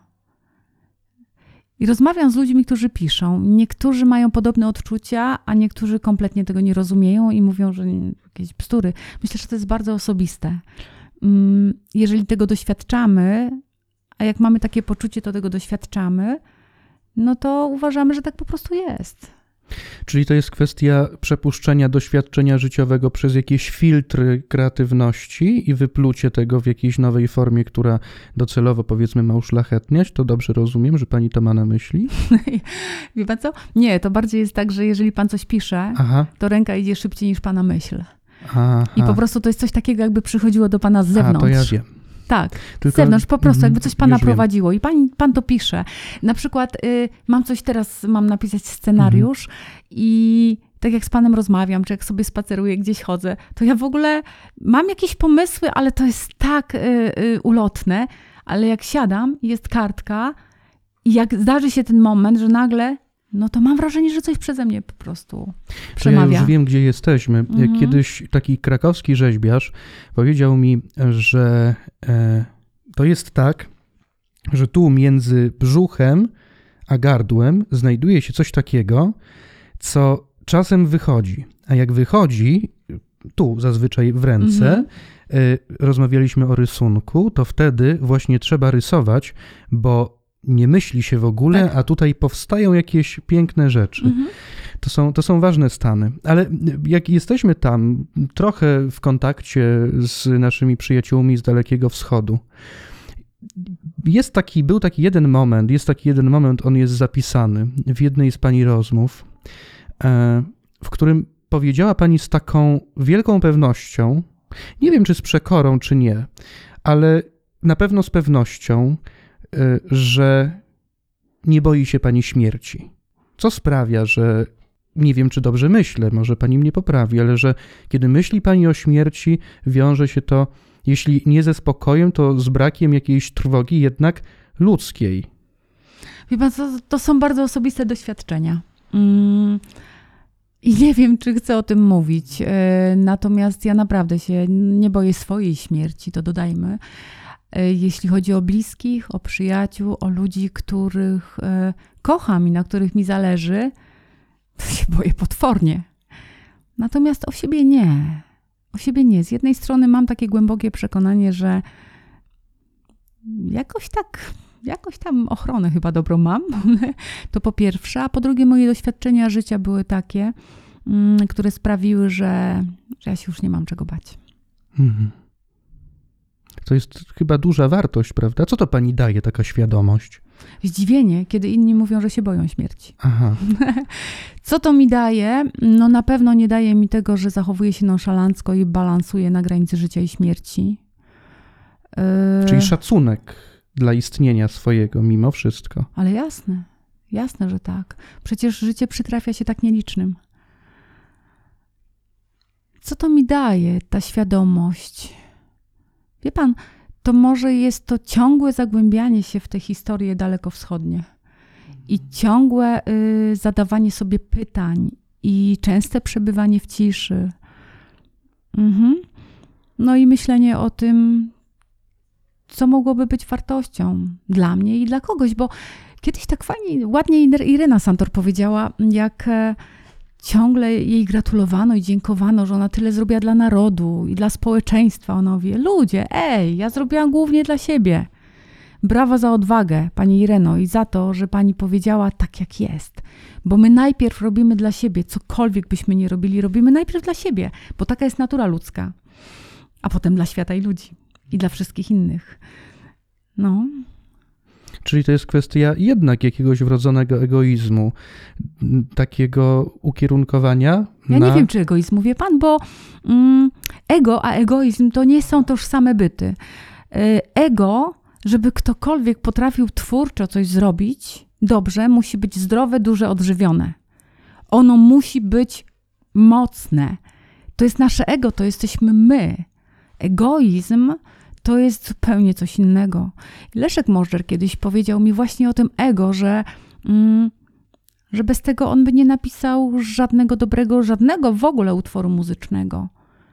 I rozmawiam z ludźmi, którzy piszą. Niektórzy mają podobne odczucia, a niektórzy kompletnie tego nie rozumieją i mówią, że jakieś bzdury. Myślę, że to jest bardzo osobiste. Jeżeli tego doświadczamy, a jak mamy takie poczucie, to tego doświadczamy, no to uważamy, że tak po prostu jest. Czyli to jest kwestia przepuszczenia doświadczenia życiowego przez jakieś filtry kreatywności i wyplucie tego w jakiejś nowej formie, która docelowo, powiedzmy, ma uszlachetniać? To dobrze rozumiem, że pani to ma na myśli? Wie pan co? Nie, to bardziej jest tak, że jeżeli pan coś pisze, Aha. to ręka idzie szybciej niż pana myśl. Aha. I po prostu to jest coś takiego, jakby przychodziło do pana z zewnątrz. A, to ja wiem. Tak, Tylko, z zewnątrz po prostu, jakby coś pana już prowadziło i pan, pan to pisze. Na przykład y, mam coś teraz, mam napisać scenariusz mhm. i tak jak z panem rozmawiam, czy jak sobie spaceruję, gdzieś chodzę, to ja w ogóle mam jakieś pomysły, ale to jest tak y, y, ulotne, ale jak siadam, jest kartka i jak zdarzy się ten moment, że nagle, no to mam wrażenie, że coś przeze mnie po prostu przemawia. To ja już wiem, gdzie jesteśmy. Mhm. Kiedyś taki krakowski rzeźbiarz powiedział mi, że e, to jest tak, że tu między brzuchem a gardłem znajduje się coś takiego, co czasem wychodzi. A jak wychodzi, tu zazwyczaj w ręce, mhm. e, rozmawialiśmy o rysunku, to wtedy właśnie trzeba rysować, bo nie myśli się w ogóle, tak. a tutaj powstają jakieś piękne rzeczy. Mhm. To są, to są ważne stany. Ale jak jesteśmy tam trochę w kontakcie z naszymi przyjaciółmi z Dalekiego Wschodu, jest taki, był taki jeden moment, jest taki jeden moment, on jest zapisany w jednej z pani rozmów, w którym powiedziała pani z taką wielką pewnością, nie wiem czy z przekorą, czy nie, ale na pewno z pewnością, że nie boi się pani śmierci. Co sprawia, że nie wiem, czy dobrze myślę, może pani mnie poprawi, ale że kiedy myśli pani o śmierci, wiąże się to, jeśli nie ze spokojem, to z brakiem jakiejś trwogi jednak ludzkiej. Wie pan, to, to są bardzo osobiste doświadczenia. Mm. I nie wiem, czy chcę o tym mówić. Natomiast ja naprawdę się nie boję swojej śmierci, to dodajmy. Jeśli chodzi o bliskich, o przyjaciół, o ludzi, których kocham i na których mi zależy, to się boję potwornie. Natomiast o siebie nie. O siebie nie. Z jednej strony mam takie głębokie przekonanie, że jakoś tak, jakoś tam ochronę chyba dobrą mam. To po pierwsze. A po drugie moje doświadczenia życia były takie, które sprawiły, że, że ja się już nie mam czego bać. Mhm. To jest chyba duża wartość, prawda? Co to pani daje, taka świadomość? Zdziwienie, kiedy inni mówią, że się boją śmierci. Aha. Co to mi daje? No na pewno nie daje mi tego, że zachowuję się nonszalancko i balansuję na granicy życia i śmierci. Czyli szacunek dla istnienia swojego mimo wszystko. Ale jasne, jasne, że tak. Przecież życie przytrafia się tak nielicznym. Co to mi daje, ta świadomość? Wie pan, to może jest to ciągłe zagłębianie się w te historie dalekowschodnie i ciągłe y, zadawanie sobie pytań i częste przebywanie w ciszy. Mhm. No i myślenie o tym, co mogłoby być wartością dla mnie i dla kogoś, bo kiedyś tak fajnie, ładnie Irena Santor powiedziała, jak ciągle jej gratulowano i dziękowano, że ona tyle zrobiła dla narodu i dla społeczeństwa. Ona mówi, ludzie, ej, ja zrobiłam głównie dla siebie. Brawa za odwagę, pani Ireno, i za to, że pani powiedziała tak, jak jest. Bo my najpierw robimy dla siebie, cokolwiek byśmy nie robili, robimy najpierw dla siebie, bo taka jest natura ludzka. A potem dla świata i ludzi. I dla wszystkich innych. No. Czyli to jest kwestia jednak jakiegoś wrodzonego egoizmu, takiego ukierunkowania Ja na... nie wiem, czy egoizmu, wie pan, bo mm, ego a egoizm to nie są tożsame byty. ego, żeby ktokolwiek potrafił twórczo coś zrobić dobrze, musi być zdrowe, duże, odżywione. Ono musi być mocne. To jest nasze ego, to jesteśmy my. Egoizm to jest zupełnie coś innego. Leszek Możdżer kiedyś powiedział mi właśnie o tym ego, że, mm, że bez tego on by nie napisał żadnego dobrego, żadnego w ogóle utworu muzycznego.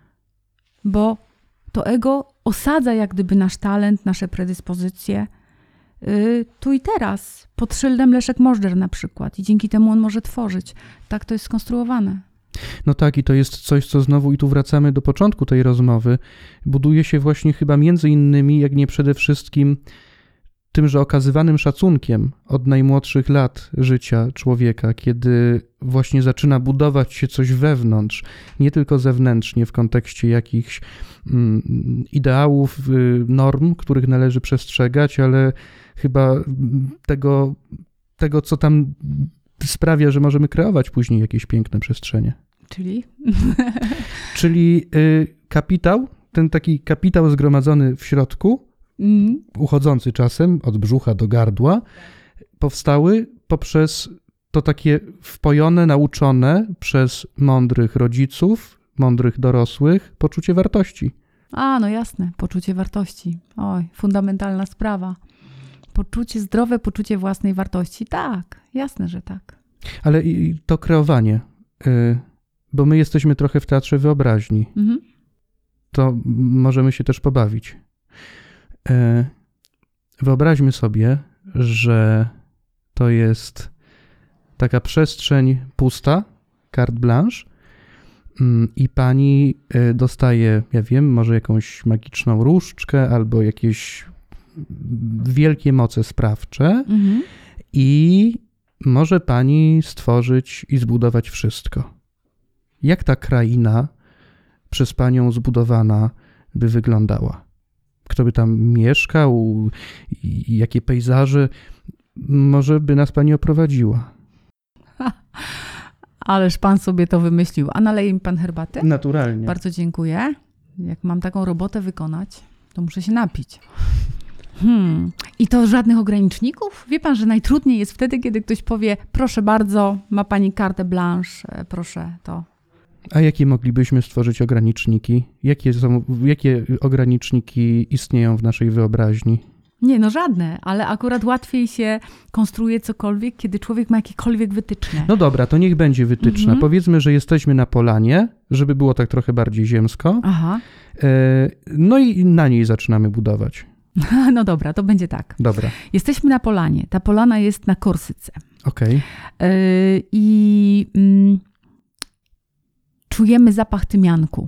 Bo to ego osadza jak gdyby nasz talent, nasze predyspozycje yy, tu i teraz, pod szyldem Leszek Możdżer na przykład. I dzięki temu on może tworzyć. Tak to jest skonstruowane. No tak, i to jest coś, co znowu, i tu wracamy do początku tej rozmowy, buduje się właśnie chyba między innymi, jak nie przede wszystkim, tymże okazywanym szacunkiem od najmłodszych lat życia człowieka, kiedy właśnie zaczyna budować się coś wewnątrz, nie tylko zewnętrznie w kontekście jakichś mm, ideałów, y, norm, których należy przestrzegać, ale chyba tego, tego, co tam sprawia, że możemy kreować później jakieś piękne przestrzenie. Czyli? Czyli y, kapitał, ten taki kapitał zgromadzony w środku, mm. uchodzący czasem od brzucha do gardła, powstały poprzez to takie wpojone, nauczone przez mądrych rodziców, mądrych dorosłych poczucie wartości. A, no jasne, poczucie wartości. Oj, fundamentalna sprawa. Poczucie, zdrowe poczucie własnej wartości. Tak, jasne, że tak. Ale i to kreowanie, y, bo my jesteśmy trochę w teatrze wyobraźni. Mhm. To możemy się też pobawić. Y, wyobraźmy sobie, że to jest taka przestrzeń pusta, carte blanche, y, i pani y, dostaje, ja wiem, może jakąś magiczną różdżkę albo jakieś wielkie moce sprawcze mhm. i może pani stworzyć i zbudować wszystko. Jak ta kraina przez panią zbudowana by wyglądała? Kto by tam mieszkał? Jakie pejzaże? Może by nas pani oprowadziła? Ha, ależ pan sobie to wymyślił. A naleje mi pan herbaty? Naturalnie. Bardzo dziękuję. Jak mam taką robotę wykonać, to muszę się napić. Hmm. I to żadnych ograniczników? Wie pan, że najtrudniej jest wtedy, kiedy ktoś powie, proszę bardzo, ma pani carte blanche, proszę to. A jakie moglibyśmy stworzyć ograniczniki? Jakie są, jakie ograniczniki istnieją w naszej wyobraźni? Nie, no żadne, ale akurat łatwiej się konstruuje cokolwiek, kiedy człowiek ma jakiekolwiek wytyczne. No dobra, to niech będzie wytyczne. Mhm. Powiedzmy, że jesteśmy na polanie, żeby było tak trochę bardziej ziemsko. Aha. No i na niej zaczynamy budować. No dobra, to będzie tak. Dobra. Jesteśmy na polanie. Ta polana jest na Korsyce. Okej. Okay. Yy, I mm, czujemy zapach tymianku.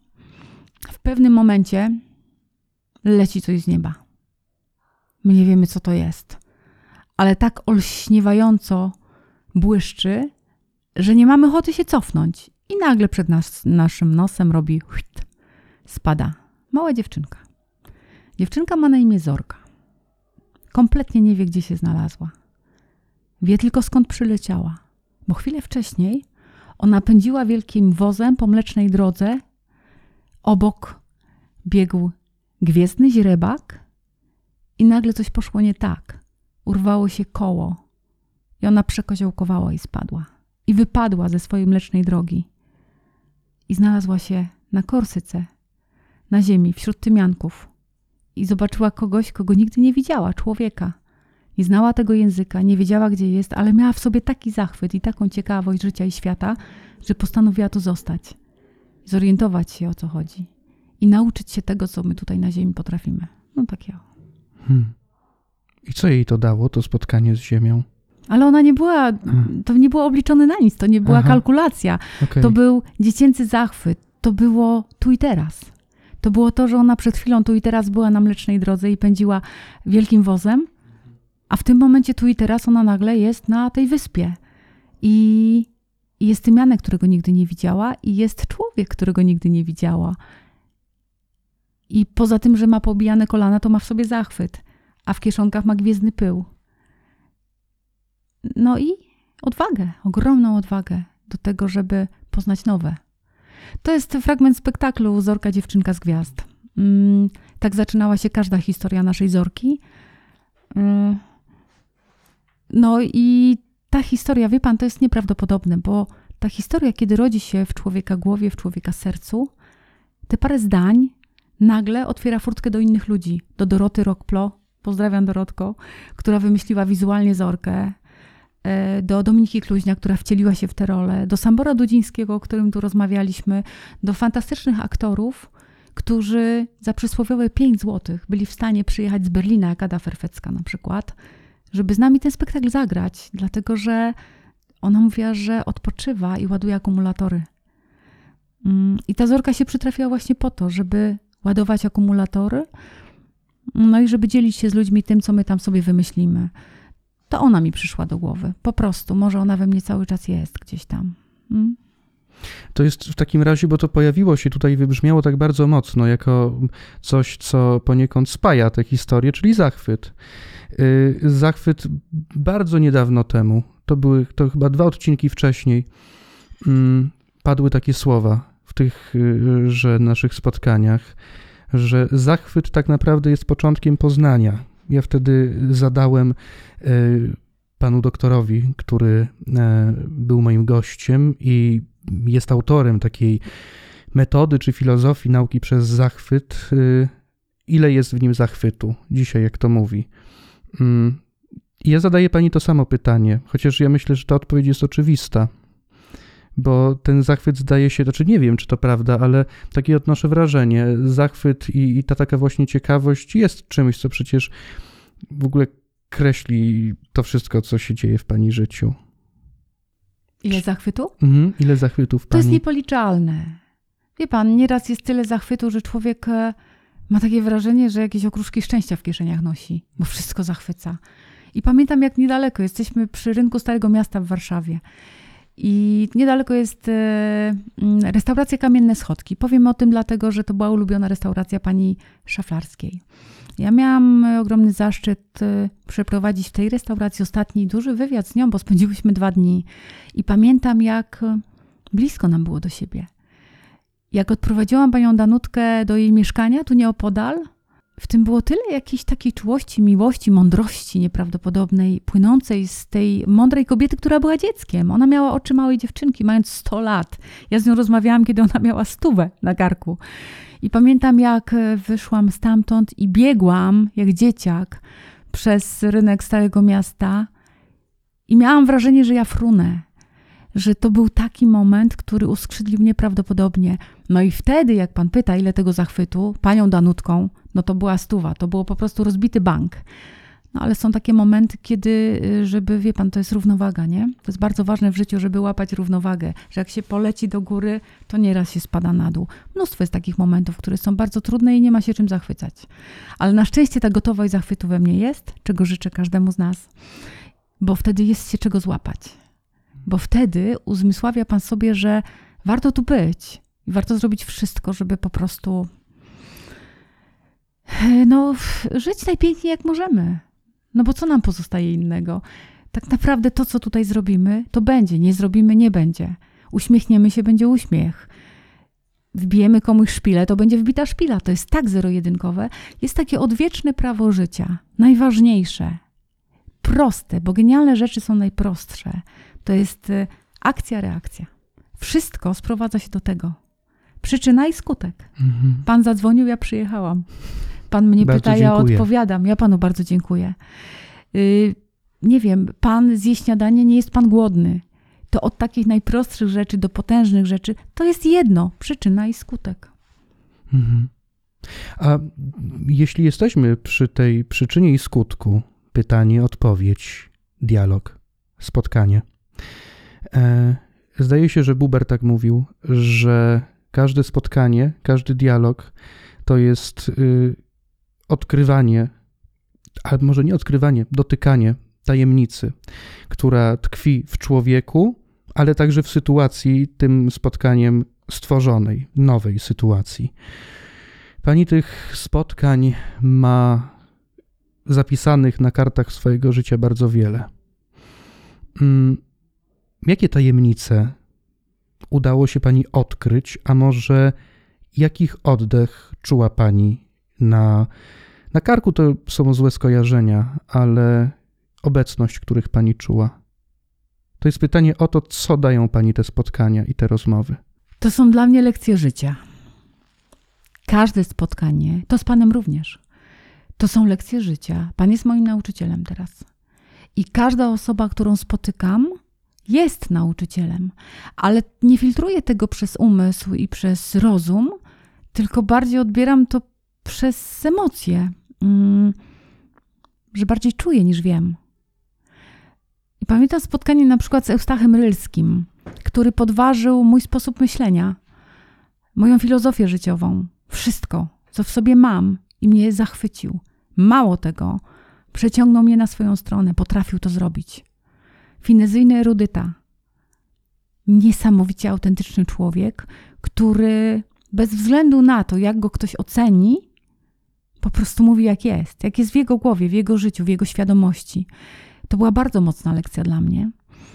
W pewnym momencie leci coś z nieba. My nie wiemy, co to jest. Ale tak olśniewająco błyszczy, że nie mamy ochoty się cofnąć. I nagle przed nas, naszym nosem robi huit, spada mała dziewczynka. Dziewczynka ma na imię Zorka. Kompletnie nie wie, gdzie się znalazła. Wie tylko, skąd przyleciała. Bo chwilę wcześniej ona pędziła wielkim wozem po mlecznej drodze. Obok biegł gwiezdny źrebak i nagle coś poszło nie tak. Urwało się koło i ona przekoziołkowała i spadła. I wypadła ze swojej mlecznej drogi. I znalazła się na Korsyce, na ziemi, wśród tymianków. I zobaczyła kogoś, kogo nigdy nie widziała, człowieka. Nie znała tego języka, nie wiedziała, gdzie jest, ale miała w sobie taki zachwyt i taką ciekawość życia i świata, że postanowiła tu zostać. Zorientować się, o co chodzi. I nauczyć się tego, co my tutaj na ziemi potrafimy. No takiego. Hmm. I co jej to dało, to spotkanie z ziemią? Ale ona nie była, to nie było obliczone na nic, to nie była Aha. kalkulacja. Okay. To był dziecięcy zachwyt, to było tu i teraz. To było to, że ona przed chwilą tu i teraz była na mlecznej drodze i pędziła wielkim wozem, a w tym momencie tu i teraz ona nagle jest na tej wyspie. I, i jest tymianek, którego nigdy nie widziała, i jest człowiek, którego nigdy nie widziała. I poza tym, że ma pobijane kolana, to ma w sobie zachwyt, a w kieszonkach ma gwiezdny pył. No i odwagę, ogromną odwagę do tego, żeby poznać nowe. To jest fragment spektaklu Zorka, dziewczynka z gwiazd. Tak zaczynała się każda historia naszej Zorki. No i ta historia, wie pan, to jest nieprawdopodobne, bo ta historia, kiedy rodzi się w człowieka głowie, w człowieka sercu, te parę zdań nagle otwiera furtkę do innych ludzi. Do Doroty Rokplo, pozdrawiam Dorotko, która wymyśliła wizualnie Zorkę, do Dominiki Kluźnia, która wcieliła się w tę rolę, do Sambora Dudzińskiego, o którym tu rozmawialiśmy, do fantastycznych aktorów, którzy za przysłowiowe pięć złotych byli w stanie przyjechać z Berlina, jak Ada Ferfecka na przykład, żeby z nami ten spektakl zagrać, dlatego że ona mówiła, że odpoczywa i ładuje akumulatory. I ta Zorka się przytrafiła właśnie po to, żeby ładować akumulatory, no i żeby dzielić się z ludźmi tym, co my tam sobie wymyślimy. To ona mi przyszła do głowy. Po prostu. Może ona we mnie cały czas jest gdzieś tam. Hmm? To jest w takim razie, bo to pojawiło się tutaj, wybrzmiało tak bardzo mocno, jako coś, co poniekąd spaja tę historię, czyli zachwyt. Zachwyt bardzo niedawno temu, to były to chyba dwa odcinki wcześniej, padły takie słowa w tychże naszych spotkaniach, że zachwyt tak naprawdę jest początkiem poznania. Ja wtedy zadałem panu doktorowi, który był moim gościem i jest autorem takiej metody czy filozofii nauki przez zachwyt, ile jest w nim zachwytu dzisiaj, jak to mówi. I ja zadaję pani to samo pytanie, chociaż ja myślę, że ta odpowiedź jest oczywista, bo ten zachwyt zdaje się, znaczy nie wiem, czy to prawda, ale takie odnoszę wrażenie, zachwyt i, i ta taka właśnie ciekawość jest czymś, co przecież w ogóle kreśli to wszystko, co się dzieje w pani życiu. Ile zachwytu? Mhm. Ile zachwytu w pani? To jest niepoliczalne. Wie pan, nieraz jest tyle zachwytu, że człowiek ma takie wrażenie, że jakieś okruszki szczęścia w kieszeniach nosi, bo wszystko zachwyca. I pamiętam, jak niedaleko, jesteśmy przy rynku Starego Miasta w Warszawie i niedaleko jest restauracja Kamienne Schodki. Powiem o tym dlatego, że to była ulubiona restauracja pani Szaflarskiej. Ja miałam ogromny zaszczyt przeprowadzić w tej restauracji ostatni duży wywiad z nią, bo spędziłyśmy dwa dni. I pamiętam, jak blisko nam było do siebie. Jak odprowadziłam panią Danutkę do jej mieszkania, tu nieopodal, w tym było tyle jakiejś takiej czułości, miłości, mądrości nieprawdopodobnej, płynącej z tej mądrej kobiety, która była dzieckiem. Ona miała oczy małej dziewczynki, mając sto lat. Ja z nią rozmawiałam, kiedy ona miała stówę na garku. I pamiętam, jak wyszłam stamtąd i biegłam, jak dzieciak, przez rynek Starego Miasta i miałam wrażenie, że ja frunę. Że to był taki moment, który uskrzydlił mnie prawdopodobnie. No i wtedy, jak pan pyta, ile tego zachwytu, panią Danutką, no to była stuwa, to było po prostu rozbity bank. No ale są takie momenty, kiedy, żeby, wie pan, to jest równowaga, nie? To jest bardzo ważne w życiu, żeby łapać równowagę, że jak się poleci do góry, to nieraz się spada na dół. Mnóstwo jest takich momentów, które są bardzo trudne i nie ma się czym zachwycać. Ale na szczęście ta gotowość zachwytu we mnie jest, czego życzę każdemu z nas, bo wtedy jest się czego złapać. Bo wtedy uzmysławia pan sobie, że warto tu być i warto zrobić wszystko, żeby po prostu no, żyć najpiękniej jak możemy. No bo co nam pozostaje innego? Tak naprawdę to, co tutaj zrobimy, to będzie. Nie zrobimy, nie będzie. Uśmiechniemy się, będzie uśmiech. Wbijemy komuś szpilę, to będzie wbita szpila. To jest tak zero-jedynkowe. Jest takie odwieczne prawo życia. Najważniejsze. Proste, bo genialne rzeczy są najprostsze. To jest akcja, reakcja. Wszystko sprowadza się do tego. Przyczyna i skutek. Mhm. Pan zadzwonił, ja przyjechałam. Pan mnie bardzo pyta, dziękuję. Ja odpowiadam. Ja panu bardzo dziękuję. Yy, nie wiem, pan zje śniadanie, nie jest pan głodny. To od takich najprostszych rzeczy do potężnych rzeczy, to jest jedno. Przyczyna i skutek. Mhm. A jeśli jesteśmy przy tej przyczynie i skutku, pytanie, odpowiedź, dialog, spotkanie. Zdaje się, że Buber tak mówił, że każde spotkanie, każdy dialog to jest odkrywanie, ale może nie odkrywanie, dotykanie tajemnicy, która tkwi w człowieku, ale także w sytuacji tym spotkaniem stworzonej, nowej sytuacji. Pani tych spotkań ma zapisanych na kartach swojego życia bardzo wiele. Jakie tajemnice udało się pani odkryć, a może jakich oddech czuła pani Na, na karku to są złe skojarzenia, ale obecność, których pani czuła. To jest pytanie o to, co dają pani te spotkania i te rozmowy. To są dla mnie lekcje życia. Każde spotkanie, to z Panem również, to są lekcje życia. Pan jest moim nauczycielem teraz. I każda osoba, którą spotykam, jest nauczycielem. Ale nie filtruję tego przez umysł i przez rozum, tylko bardziej odbieram to przez emocje. Mm, że bardziej czuję niż wiem. I pamiętam spotkanie na przykład z Eustachem Rylskim, który podważył mój sposób myślenia, moją filozofię życiową, wszystko, co w sobie mam i mnie zachwycił. Mało tego, przeciągnął mnie na swoją stronę, potrafił to zrobić. Finezyjny erudyta. Niesamowicie autentyczny człowiek, który bez względu na to, jak go ktoś oceni, po prostu mówi jak jest, jak jest w jego głowie, w jego życiu, w jego świadomości. To była bardzo mocna lekcja dla mnie.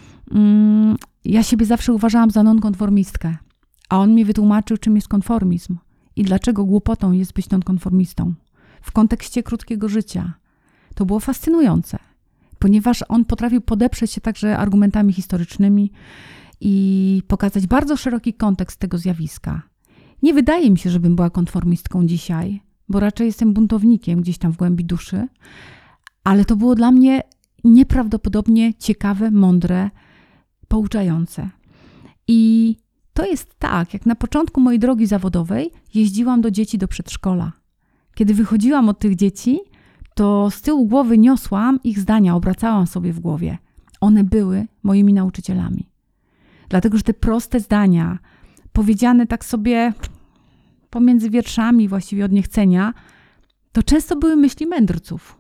Ja siebie zawsze uważałam za nonkonformistkę, a on mi wytłumaczył, czym jest konformizm i dlaczego głupotą jest być nonkonformistą. W kontekście krótkiego życia. To było fascynujące, ponieważ on potrafił podeprzeć się także argumentami historycznymi i pokazać bardzo szeroki kontekst tego zjawiska. Nie wydaje mi się, żebym była konformistką dzisiaj, bo raczej jestem buntownikiem gdzieś tam w głębi duszy, ale to było dla mnie nieprawdopodobnie ciekawe, mądre, pouczające. I to jest tak, jak na początku mojej drogi zawodowej jeździłam do dzieci do przedszkola. Kiedy wychodziłam od tych dzieci, to z tyłu głowy niosłam ich zdania, obracałam sobie w głowie. One były moimi nauczycielami. Dlatego, że te proste zdania, powiedziane tak sobie pomiędzy wierszami właściwie od niechcenia, to często były myśli mędrców.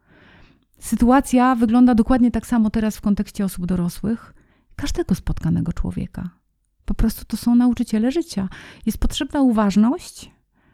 Sytuacja wygląda dokładnie tak samo teraz w kontekście osób dorosłych, każdego spotkanego człowieka. Po prostu to są nauczyciele życia. Jest potrzebna uważność.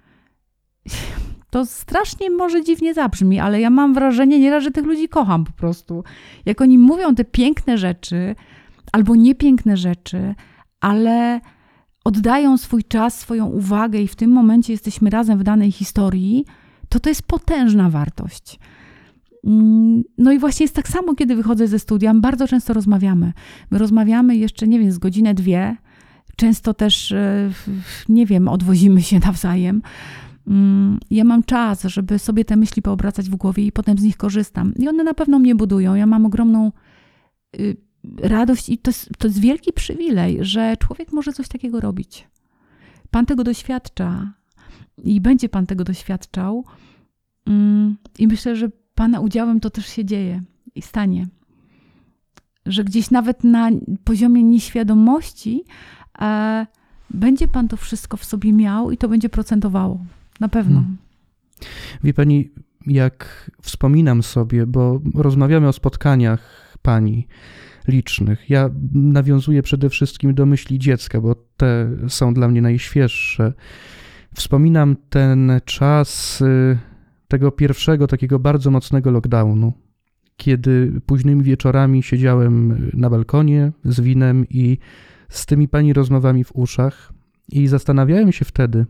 To strasznie może dziwnie zabrzmi, ale ja mam wrażenie nieraz, że tych ludzi kocham po prostu. Jak oni mówią te piękne rzeczy, albo niepiękne rzeczy, ale oddają swój czas, swoją uwagę i w tym momencie jesteśmy razem w danej historii, to to jest potężna wartość. No i właśnie jest tak samo, kiedy wychodzę ze studia, bardzo często rozmawiamy. My rozmawiamy jeszcze, nie wiem, z godzinę, dwie. Często też, nie wiem, odwozimy się nawzajem. Ja mam czas, żeby sobie te myśli poobracać w głowie i potem z nich korzystam. I one na pewno mnie budują. Ja mam ogromną radość i to jest, to jest wielki przywilej, że człowiek może coś takiego robić. Pan tego doświadcza i będzie Pan tego doświadczał. I myślę, że Pana udziałem to też się dzieje i stanie. Że gdzieś nawet na poziomie nieświadomości e, będzie Pan to wszystko w sobie miał i to będzie procentowało. Na pewno. Hmm. Wie Pani, jak wspominam sobie, bo rozmawiamy o spotkaniach Pani licznych. Ja nawiązuję przede wszystkim do myśli dziecka, bo te są dla mnie najświeższe. Wspominam ten czas tego pierwszego takiego bardzo mocnego lockdownu, kiedy późnymi wieczorami siedziałem na balkonie z winem i z tymi Pani rozmowami w uszach i zastanawiałem się wtedy,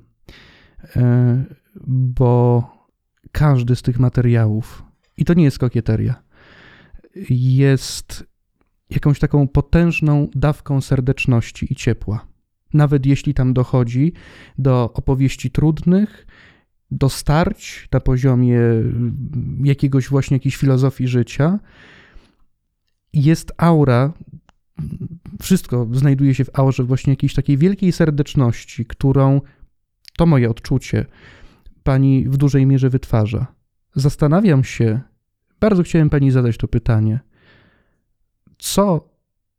bo każdy z tych materiałów, i to nie jest kokieteria, jest jakąś taką potężną dawką serdeczności i ciepła. Nawet jeśli tam dochodzi do opowieści trudnych, do starć na poziomie jakiegoś właśnie jakiejś filozofii życia, jest aura, wszystko znajduje się w aurze właśnie jakiejś takiej wielkiej serdeczności, którą, to moje odczucie, Pani w dużej mierze wytwarza. Zastanawiam się, bardzo chciałem Pani zadać to pytanie, co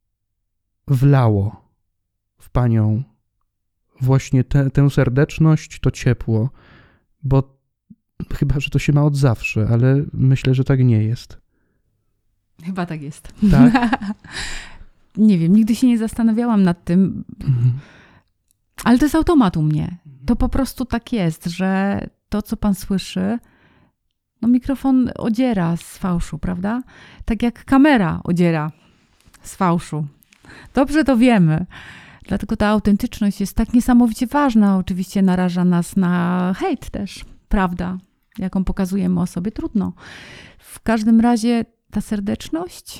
wlało w Panią właśnie te, tę serdeczność, to ciepło, bo chyba, że to się ma od zawsze, ale myślę, że tak nie jest. Chyba tak jest. Tak? Nie wiem, nigdy się nie zastanawiałam nad tym, mhm. ale to jest automat u mnie. To po prostu tak jest, że to, co Pan słyszy, no mikrofon odziera z fałszu, prawda? Tak jak kamera odziera z fałszu. Dobrze to wiemy. Dlatego ta autentyczność jest tak niesamowicie ważna. Oczywiście naraża nas na hejt też, prawda? jaką pokazujemy o sobie, trudno. W każdym razie ta serdeczność,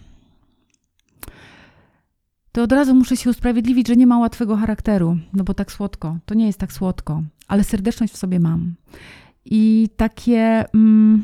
to od razu muszę się usprawiedliwić, że nie ma łatwego charakteru, no bo tak słodko, to nie jest tak słodko, ale serdeczność w sobie mam. I takie, mm,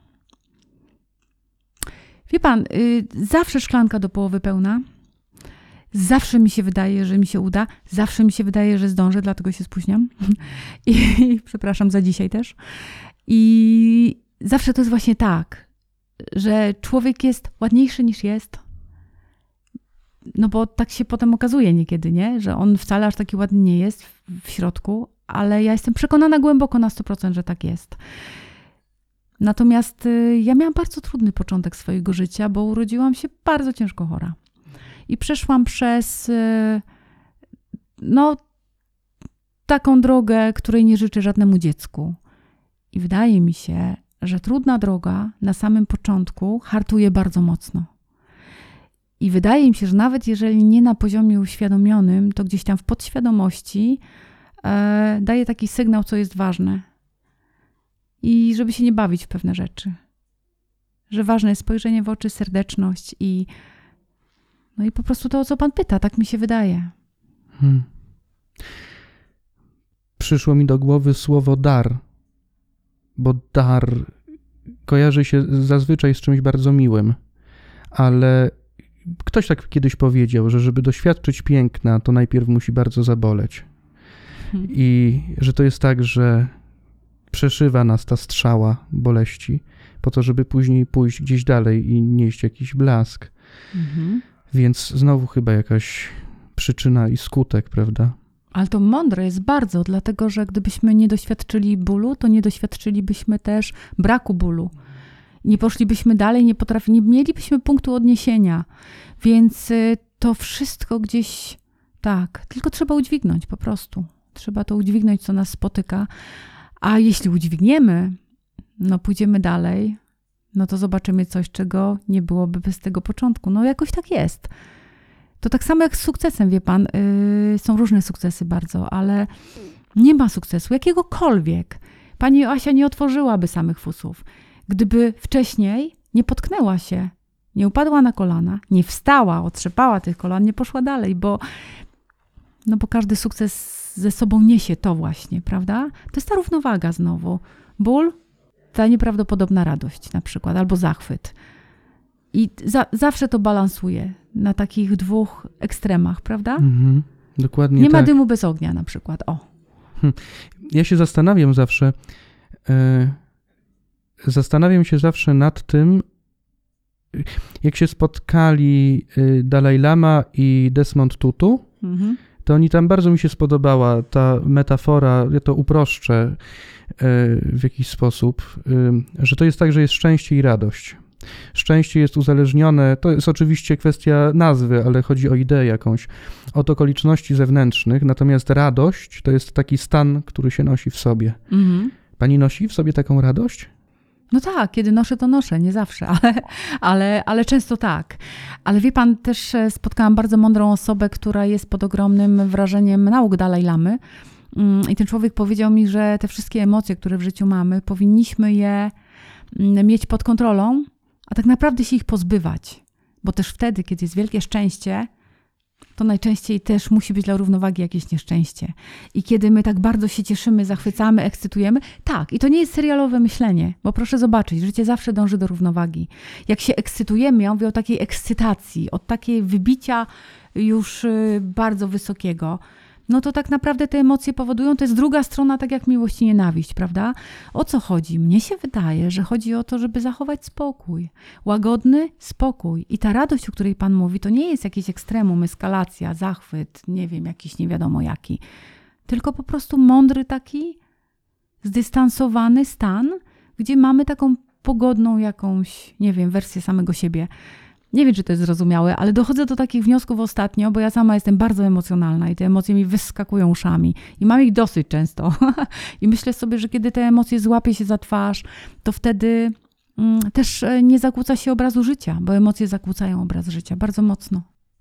wie pan, y, zawsze szklanka do połowy pełna, zawsze mi się wydaje, że mi się uda, zawsze mi się wydaje, że zdążę, dlatego się spóźniam. I, i przepraszam za dzisiaj też. I zawsze to jest właśnie tak, że człowiek jest ładniejszy niż jest. No bo tak się potem okazuje niekiedy, nie? Że on wcale aż taki ładny nie jest w, w środku, ale ja jestem przekonana głęboko na sto procent, że tak jest. Natomiast y, ja miałam bardzo trudny początek swojego życia, bo urodziłam się bardzo ciężko chora. I przeszłam przez y, no taką drogę, której nie życzę żadnemu dziecku. I wydaje mi się, że trudna droga na samym początku hartuje bardzo mocno. I wydaje mi się, że nawet jeżeli nie na poziomie uświadomionym, to gdzieś tam w podświadomości e, daje taki sygnał, co jest ważne. I żeby się nie bawić w pewne rzeczy. Że ważne jest spojrzenie w oczy, serdeczność i no i po prostu to, o co pan pyta, tak mi się wydaje. Hmm. Przyszło mi do głowy słowo dar, bo dar kojarzy się zazwyczaj z czymś bardzo miłym, ale ktoś tak kiedyś powiedział, że żeby doświadczyć piękna, to najpierw musi bardzo zaboleć. Hmm. I że to jest tak, że przeszywa nas ta strzała boleści po to, żeby później pójść gdzieś dalej i nieść jakiś blask. Mhm. Więc znowu chyba jakaś przyczyna i skutek, prawda? Ale to mądre jest bardzo, dlatego że gdybyśmy nie doświadczyli bólu, to nie doświadczylibyśmy też braku bólu. Nie poszlibyśmy dalej, nie potrafili, nie mielibyśmy punktu odniesienia. Więc to wszystko gdzieś tak, tylko trzeba udźwignąć po prostu. Trzeba to udźwignąć, co nas spotyka. A jeśli udźwigniemy, no pójdziemy dalej, no to zobaczymy coś, czego nie byłoby bez tego początku. No jakoś tak jest. To tak samo jak z sukcesem, wie pan. Yy, są różne sukcesy bardzo, ale nie ma sukcesu jakiegokolwiek. Pani Asia nie otworzyłaby samych fusów. Gdyby wcześniej nie potknęła się, nie upadła na kolana, nie wstała, otrzepała tych kolan, nie poszła dalej, bo, no bo każdy sukces ze sobą niesie to właśnie, prawda? To jest ta równowaga znowu. Ból, ta nieprawdopodobna radość na przykład, albo zachwyt. I za, zawsze to balansuje na takich dwóch ekstremach, prawda? Mhm, dokładnie Nie tak. ma dymu bez ognia na przykład, o. Hm. Ja się zastanawiam zawsze, e, zastanawiam się zawsze nad tym, jak się spotkali Dalaj Lama i Desmond Tutu, mhm. to oni tam bardzo mi się spodobała ta metafora, ja to uproszczę w jakiś sposób, że to jest tak, że jest szczęście i radość. Szczęście jest uzależnione, to jest oczywiście kwestia nazwy, ale chodzi o ideę jakąś, od okoliczności zewnętrznych, natomiast radość to jest taki stan, który się nosi w sobie. Mhm. Pani nosi w sobie taką radość? No tak, kiedy noszę, to noszę, nie zawsze, ale, ale, ale często tak. Ale wie pan, też spotkałam bardzo mądrą osobę, która jest pod ogromnym wrażeniem nauk Dalaj Lamy i ten człowiek powiedział mi, że te wszystkie emocje, które w życiu mamy, powinniśmy je mieć pod kontrolą, a tak naprawdę się ich pozbywać. Bo też wtedy, kiedy jest wielkie szczęście, to najczęściej też musi być dla równowagi jakieś nieszczęście. I kiedy my tak bardzo się cieszymy, zachwycamy, ekscytujemy, tak, i to nie jest serialowe myślenie, bo proszę zobaczyć, życie zawsze dąży do równowagi. Jak się ekscytujemy, ja mówię o takiej ekscytacji, od takiej wybicia już bardzo wysokiego, no to tak naprawdę te emocje powodują, to jest druga strona, tak jak miłość i nienawiść, prawda? O co chodzi? Mnie się wydaje, że chodzi o to, żeby zachować spokój. Łagodny spokój. I ta radość, o której pan mówi, to nie jest jakiś ekstremum, eskalacja, zachwyt, nie wiem, jakiś nie wiadomo jaki. Tylko po prostu mądry taki, zdystansowany stan, gdzie mamy taką pogodną jakąś, nie wiem, wersję samego siebie. Nie wiem, czy to jest zrozumiałe, ale dochodzę do takich wniosków ostatnio, bo ja sama jestem bardzo emocjonalna i te emocje mi wyskakują uszami i mam ich dosyć często. I myślę sobie, że kiedy te emocje złapie się za twarz, to wtedy mm, też nie zakłóca się obrazu życia, bo emocje zakłócają obraz życia bardzo mocno.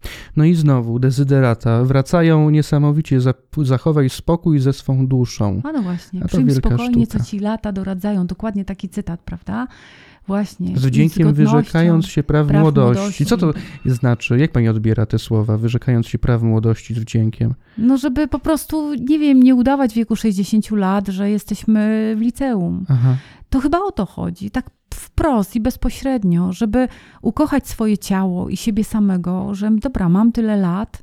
No i znowu, dezyderata wracają niesamowicie, zachowaj spokój ze swą duszą. A no właśnie, A to przyjm wielka spokojnie, sztuka. co ci lata doradzają. Dokładnie taki cytat, prawda? Właśnie. Z wdziękiem z godnością, wyrzekając się praw, praw młodości. młodości. Co to znaczy? Jak pani odbiera te słowa? Wyrzekając się praw młodości z wdziękiem. No żeby po prostu, nie wiem, nie udawać w wieku sześćdziesięciu lat, że jesteśmy w liceum. Aha. To chyba o to chodzi, tak wprost i bezpośrednio, żeby ukochać swoje ciało i siebie samego, że dobra, mam tyle lat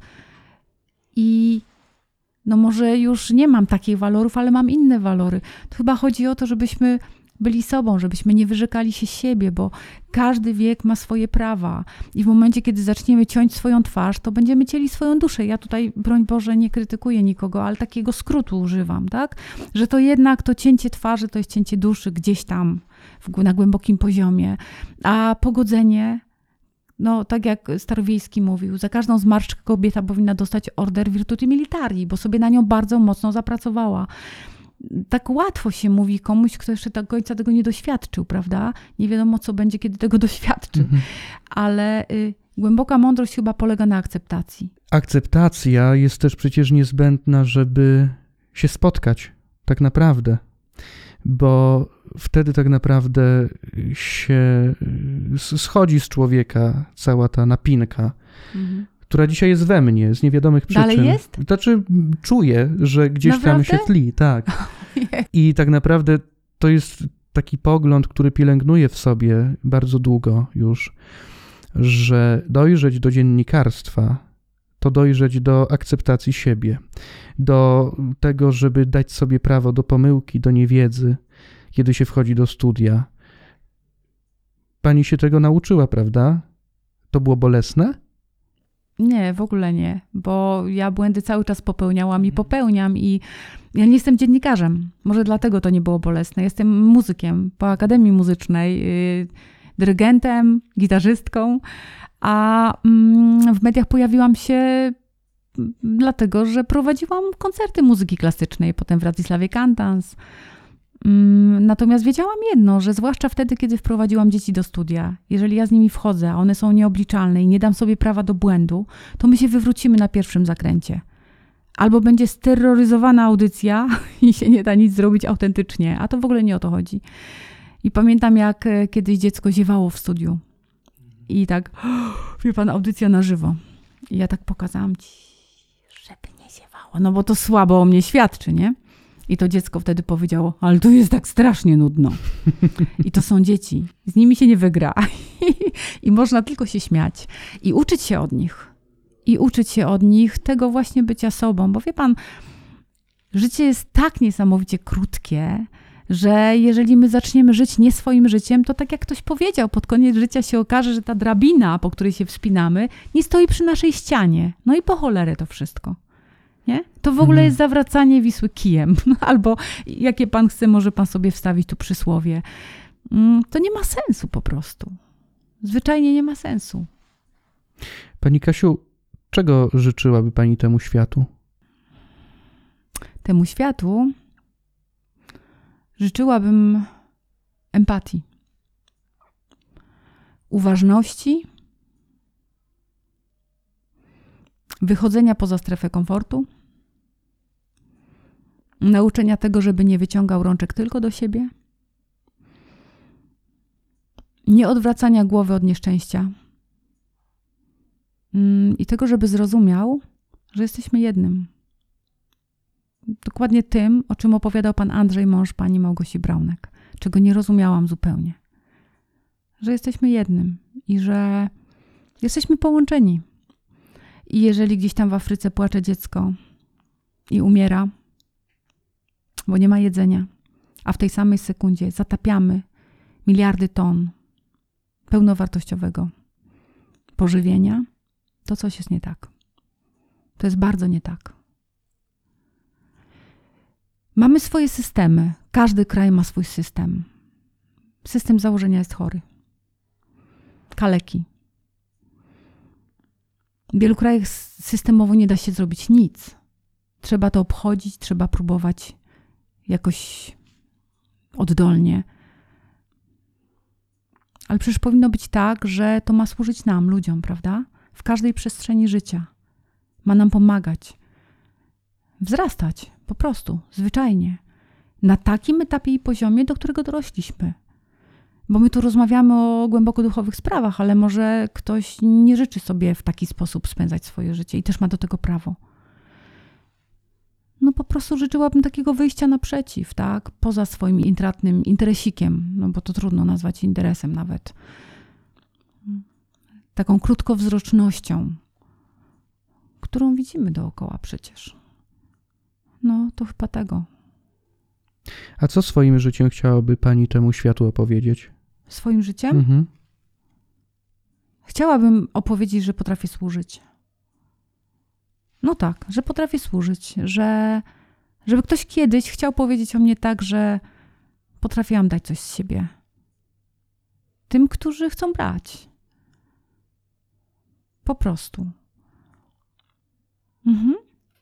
i no może już nie mam takich walorów, ale mam inne walory. To chyba chodzi o to, żebyśmy byli sobą, żebyśmy nie wyrzekali się siebie, bo każdy wiek ma swoje prawa i w momencie, kiedy zaczniemy ciąć swoją twarz, to będziemy cięli swoją duszę. Ja tutaj, broń Boże, nie krytykuję nikogo, ale takiego skrótu używam, tak? Że to jednak to cięcie twarzy to jest cięcie duszy gdzieś tam w, na głębokim poziomie, a pogodzenie, no tak jak Starowiejski mówił, za każdą zmarszczkę kobieta powinna dostać order Virtuti Militari, bo sobie na nią bardzo mocno zapracowała. Tak łatwo się mówi komuś, kto jeszcze do końca tego nie doświadczył, prawda? Nie wiadomo, co będzie, kiedy tego doświadczy. Mhm. Ale y, głęboka mądrość chyba polega na akceptacji. Akceptacja jest też przecież niezbędna, żeby się spotkać tak naprawdę. Bo wtedy tak naprawdę się schodzi z człowieka cała ta napinka, mhm. która dzisiaj jest we mnie, z niewiadomych przyczyn. Dalej jest? Znaczy czuję, że gdzieś Naprawdę? tam się tli, tak. I tak naprawdę to jest taki pogląd, który pielęgnuję w sobie bardzo długo już, że dojrzeć do dziennikarstwa to dojrzeć do akceptacji siebie, do tego, żeby dać sobie prawo do pomyłki, do niewiedzy, kiedy się wchodzi do studia. Pani się tego nauczyła, prawda? To było bolesne? Nie, w ogóle nie, bo ja błędy cały czas popełniałam i popełniam i ja nie jestem dziennikarzem. Może dlatego to nie było bolesne. Jestem muzykiem po Akademii Muzycznej, yy, dyrygentem, gitarzystką, a mm, w mediach pojawiłam się dlatego, że prowadziłam koncerty muzyki klasycznej, potem w Władysławie Kantans. Natomiast wiedziałam jedno, że zwłaszcza wtedy, kiedy wprowadziłam dzieci do studia, jeżeli ja z nimi wchodzę, a one są nieobliczalne i nie dam sobie prawa do błędu, to my się wywrócimy na pierwszym zakręcie. Albo będzie steroryzowana audycja i się nie da nic zrobić autentycznie, a to w ogóle nie o to chodzi. I pamiętam, jak kiedyś dziecko ziewało w studiu i tak, wie pan, audycja na żywo. I ja tak pokazałam ci, żeby nie ziewało, no bo to słabo o mnie świadczy, nie? I to dziecko wtedy powiedziało, ale tu jest tak strasznie nudno. I to są dzieci. Z nimi się nie wygra. I można tylko się śmiać. I uczyć się od nich. I uczyć się od nich tego właśnie bycia sobą. Bo wie pan, życie jest tak niesamowicie krótkie, że jeżeli my zaczniemy żyć nie swoim życiem, to tak jak ktoś powiedział, pod koniec życia się okaże, że ta drabina, po której się wspinamy, nie stoi przy naszej ścianie. No i po cholerę to wszystko. Nie? To w ogóle mhm. jest zawracanie Wisły kijem. Albo jakie pan chce, może pan sobie wstawić tu przysłowie. To nie ma sensu po prostu. Zwyczajnie nie ma sensu. Pani Kasiu, czego życzyłaby pani temu światu? Temu światu życzyłabym empatii, uważności, wychodzenia poza strefę komfortu, nauczenia tego, żeby nie wyciągał rączek tylko do siebie, nie odwracania głowy od nieszczęścia i tego, żeby zrozumiał, że jesteśmy jednym. Dokładnie tym, o czym opowiadał pan Andrzej, mąż pani Małgosi Braunek, czego nie rozumiałam zupełnie. Że jesteśmy jednym i że jesteśmy połączeni. I jeżeli gdzieś tam w Afryce płacze dziecko i umiera, bo nie ma jedzenia, a w tej samej sekundzie zatapiamy miliardy ton pełnowartościowego pożywienia, to coś jest nie tak. To jest bardzo nie tak. Mamy swoje systemy. Każdy kraj ma swój system. System założenia jest chory. Kaleki. W wielu krajach systemowo nie da się zrobić nic. Trzeba to obchodzić, trzeba próbować jakoś oddolnie. Ale przecież powinno być tak, że to ma służyć nam, ludziom, prawda? w każdej przestrzeni życia. Ma nam pomagać. Wzrastać, po prostu, zwyczajnie. Na takim etapie i poziomie, do którego dorośliśmy. Bo my tu rozmawiamy o głęboko duchowych sprawach, ale może ktoś nie życzy sobie w taki sposób spędzać swoje życie i też ma do tego prawo. No po prostu życzyłabym takiego wyjścia naprzeciw, tak? Poza swoim intratnym interesikiem, no bo to trudno nazwać interesem nawet. Taką krótkowzrocznością, którą widzimy dookoła przecież. No to chyba tego. A co swoim życiem chciałaby pani temu światu opowiedzieć? Swoim życiem? Mhm. Chciałabym opowiedzieć, że potrafię służyć. No tak, że potrafię służyć, że żeby ktoś kiedyś chciał powiedzieć o mnie tak, że potrafiłam dać coś z siebie. Tym, którzy chcą brać. Po prostu. Mhm.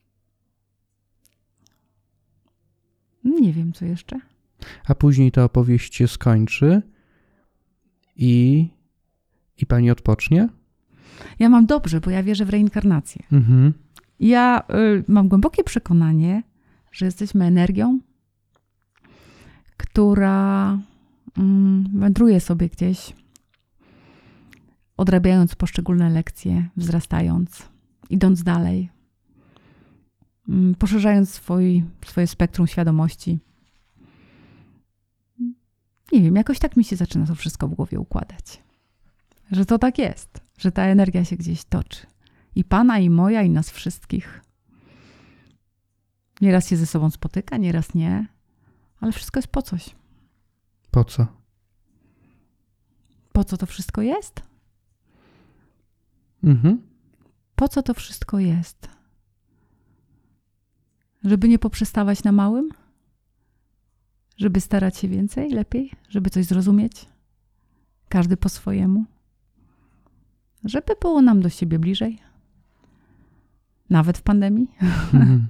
Nie wiem, co jeszcze. A później ta opowieść się skończy i, i pani odpocznie? Ja mam dobrze, bo ja wierzę w reinkarnację. Mhm. Ja y, mam głębokie przekonanie, że jesteśmy energią, która y, wędruje sobie gdzieś, odrabiając poszczególne lekcje, wzrastając, idąc dalej, y, poszerzając swój, swoje spektrum świadomości. Nie wiem, jakoś tak mi się zaczyna to wszystko w głowie układać. Że to tak jest, że ta energia się gdzieś toczy. I Pana, i moja, i nas wszystkich. Nieraz się ze sobą spotyka, nieraz nie. Ale wszystko jest po coś. Po co? Po co to wszystko jest? Mhm. Po co to wszystko jest? Żeby nie poprzestawać na małym? Żeby starać się więcej, lepiej? Żeby coś zrozumieć? Każdy po swojemu? Żeby było nam do siebie bliżej? Nawet w pandemii? Mhm.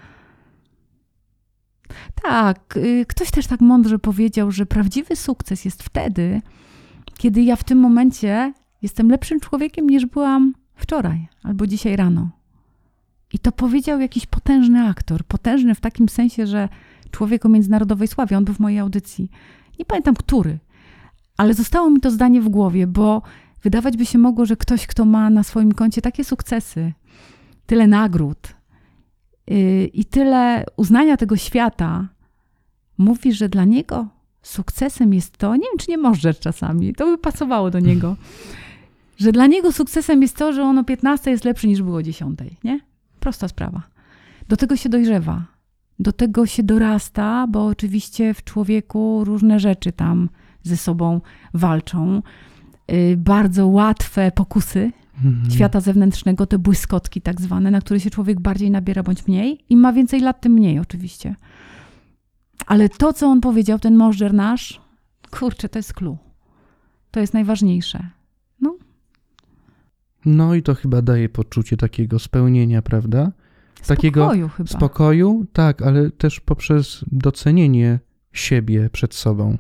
Tak, ktoś też tak mądrze powiedział, że prawdziwy sukces jest wtedy, kiedy ja w tym momencie jestem lepszym człowiekiem niż byłam wczoraj albo dzisiaj rano. I to powiedział jakiś potężny aktor. Potężny w takim sensie, że człowiek o międzynarodowej sławie. On był w mojej audycji. Nie pamiętam który, ale zostało mi to zdanie w głowie, bo wydawać by się mogło, że ktoś, kto ma na swoim koncie takie sukcesy, tyle nagród yy, i tyle uznania tego świata, mówi, że dla niego sukcesem jest to, nie wiem, czy nie możesz czasami, to by pasowało do niego, że dla niego sukcesem jest to, że on o piętnastej jest lepszy niż było o dziesiątej, nie? Prosta sprawa. Do tego się dojrzewa, do tego się dorasta, bo oczywiście w człowieku różne rzeczy tam ze sobą walczą. Yy, bardzo łatwe pokusy mhm. świata zewnętrznego, te błyskotki tak zwane, na które się człowiek bardziej nabiera bądź mniej. Im ma więcej lat, tym mniej oczywiście. Ale to, co on powiedział, ten możdżer nasz, kurczę, to jest clue. To jest najważniejsze. No. No i to chyba daje poczucie takiego spełnienia, prawda? Takiego spokoju chyba. Spokoju, tak, ale też poprzez docenienie siebie przed sobą.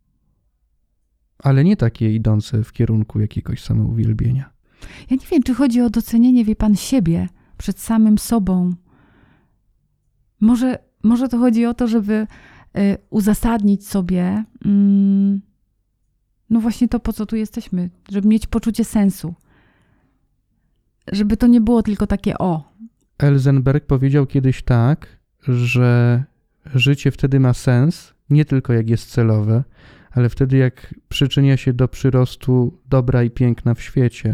Ale nie takie idące w kierunku jakiegoś samouwielbienia. Ja nie wiem, czy chodzi o docenienie, wie pan, siebie przed samym sobą. Może, może to chodzi o to, żeby y, uzasadnić sobie mm, no właśnie to, po co tu jesteśmy. Żeby mieć poczucie sensu. Żeby to nie było tylko takie o. Elzenberg powiedział kiedyś tak, że życie wtedy ma sens, nie tylko jak jest celowe, ale wtedy jak przyczynia się do przyrostu dobra i piękna w świecie.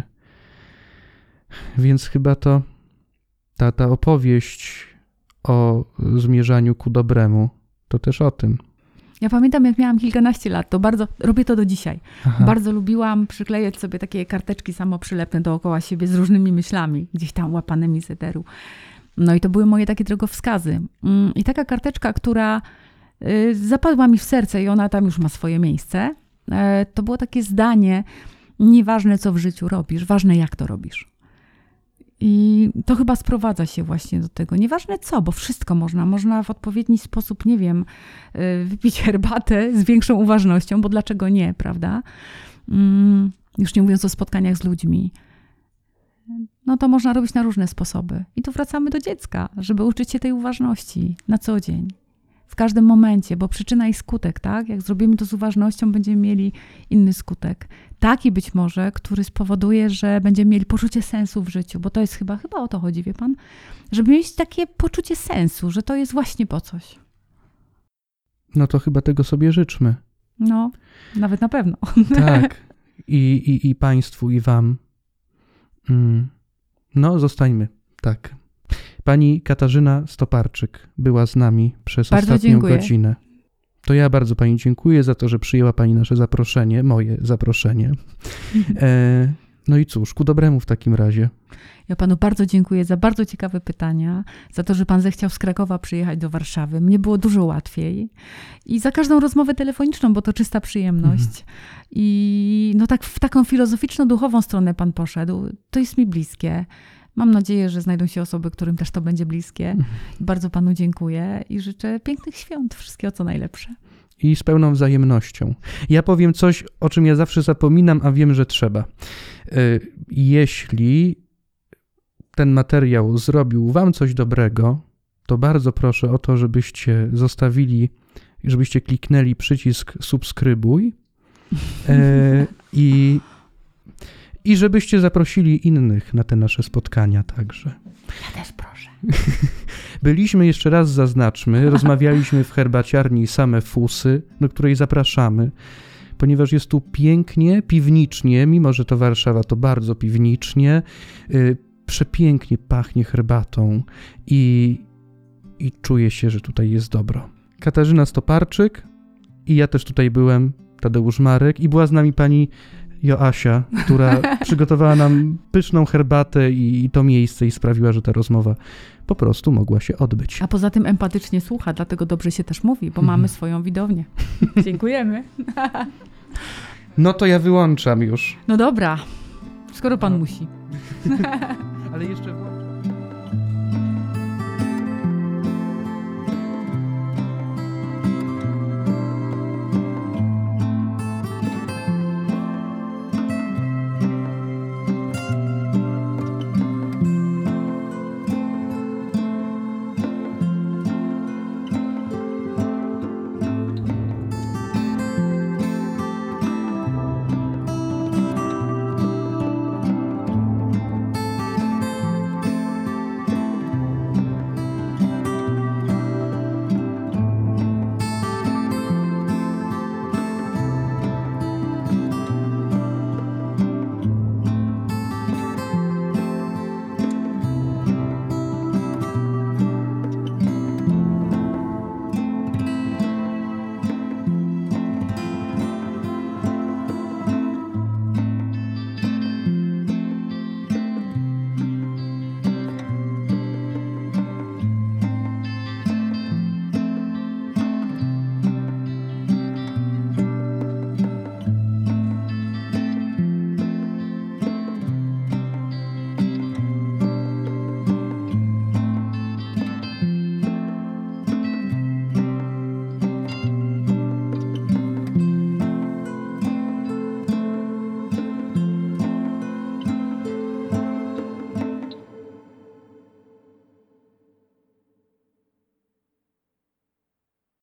Więc chyba to ta, ta opowieść o zmierzaniu ku dobremu, to też o tym. Ja pamiętam, jak miałam kilkanaście lat, to bardzo, robię to do dzisiaj. Aha. Bardzo lubiłam przyklejać sobie takie karteczki samoprzylepne dookoła siebie z różnymi myślami, gdzieś tam łapanymi z eteru. No i to były moje takie drogowskazy. I taka karteczka, która zapadła mi w serce i ona tam już ma swoje miejsce, to było takie zdanie: nieważne, co w życiu robisz, ważne, jak to robisz. I to chyba sprowadza się właśnie do tego. Nieważne co, bo wszystko można. Można w odpowiedni sposób, nie wiem, wypić herbatę z większą uważnością, bo dlaczego nie, prawda? Już nie mówiąc o spotkaniach z ludźmi. no to można robić na różne sposoby. I tu wracamy do dziecka, żeby uczyć się tej uważności na co dzień. W każdym momencie, bo przyczyna i skutek, tak? Jak zrobimy to z uważnością, będziemy mieli inny skutek. Taki być może, który spowoduje, że będziemy mieli poczucie sensu w życiu, bo to jest chyba, chyba o to chodzi, wie pan? Żeby mieć takie poczucie sensu, że to jest właśnie po coś. No to chyba tego sobie życzmy. No, nawet na pewno. Tak. I, i, i państwu, i wam. Mm. No, zostańmy. Tak. Pani Katarzyna Stoparczyk była z nami przez Bardzo ostatnią dziękuję. godzinę. To ja bardzo pani dziękuję za to, że przyjęła pani nasze zaproszenie, moje zaproszenie. E, no i cóż, ku dobremu w takim razie. Ja panu bardzo dziękuję za bardzo ciekawe pytania, za to, że pan zechciał z Krakowa przyjechać do Warszawy. Mnie było dużo łatwiej. I za każdą rozmowę telefoniczną, bo to czysta przyjemność. Mhm. I no tak w taką filozoficzno-duchową stronę pan poszedł. To jest mi bliskie. Mam nadzieję, że znajdą się osoby, którym też to będzie bliskie. Bardzo panu dziękuję i życzę pięknych świąt, wszystkiego co najlepsze. I z pełną wzajemnością. Ja powiem coś, o czym ja zawsze zapominam, a wiem, że trzeba. Jeśli ten materiał zrobił wam coś dobrego, to bardzo proszę o to, żebyście zostawili, żebyście kliknęli przycisk subskrybuj i I żebyście zaprosili innych na te nasze spotkania także. Ja też proszę. Byliśmy, jeszcze raz zaznaczmy, rozmawialiśmy w herbaciarni Same Fusy, do której zapraszamy, ponieważ jest tu pięknie, piwnicznie, mimo że to Warszawa, to bardzo piwnicznie, yy, przepięknie pachnie herbatą i, i czuje się, że tutaj jest dobro. Katarzyna Stoparczyk i ja też tutaj byłem, Tadeusz Marek, i była z nami pani Joasia, która przygotowała nam pyszną herbatę i, i to miejsce i sprawiła, że ta rozmowa po prostu mogła się odbyć. A poza tym empatycznie słucha, dlatego dobrze się też mówi, bo mamy swoją widownię. Dziękujemy. No to ja wyłączam już. No dobra, skoro pan musi. Ale jeszcze...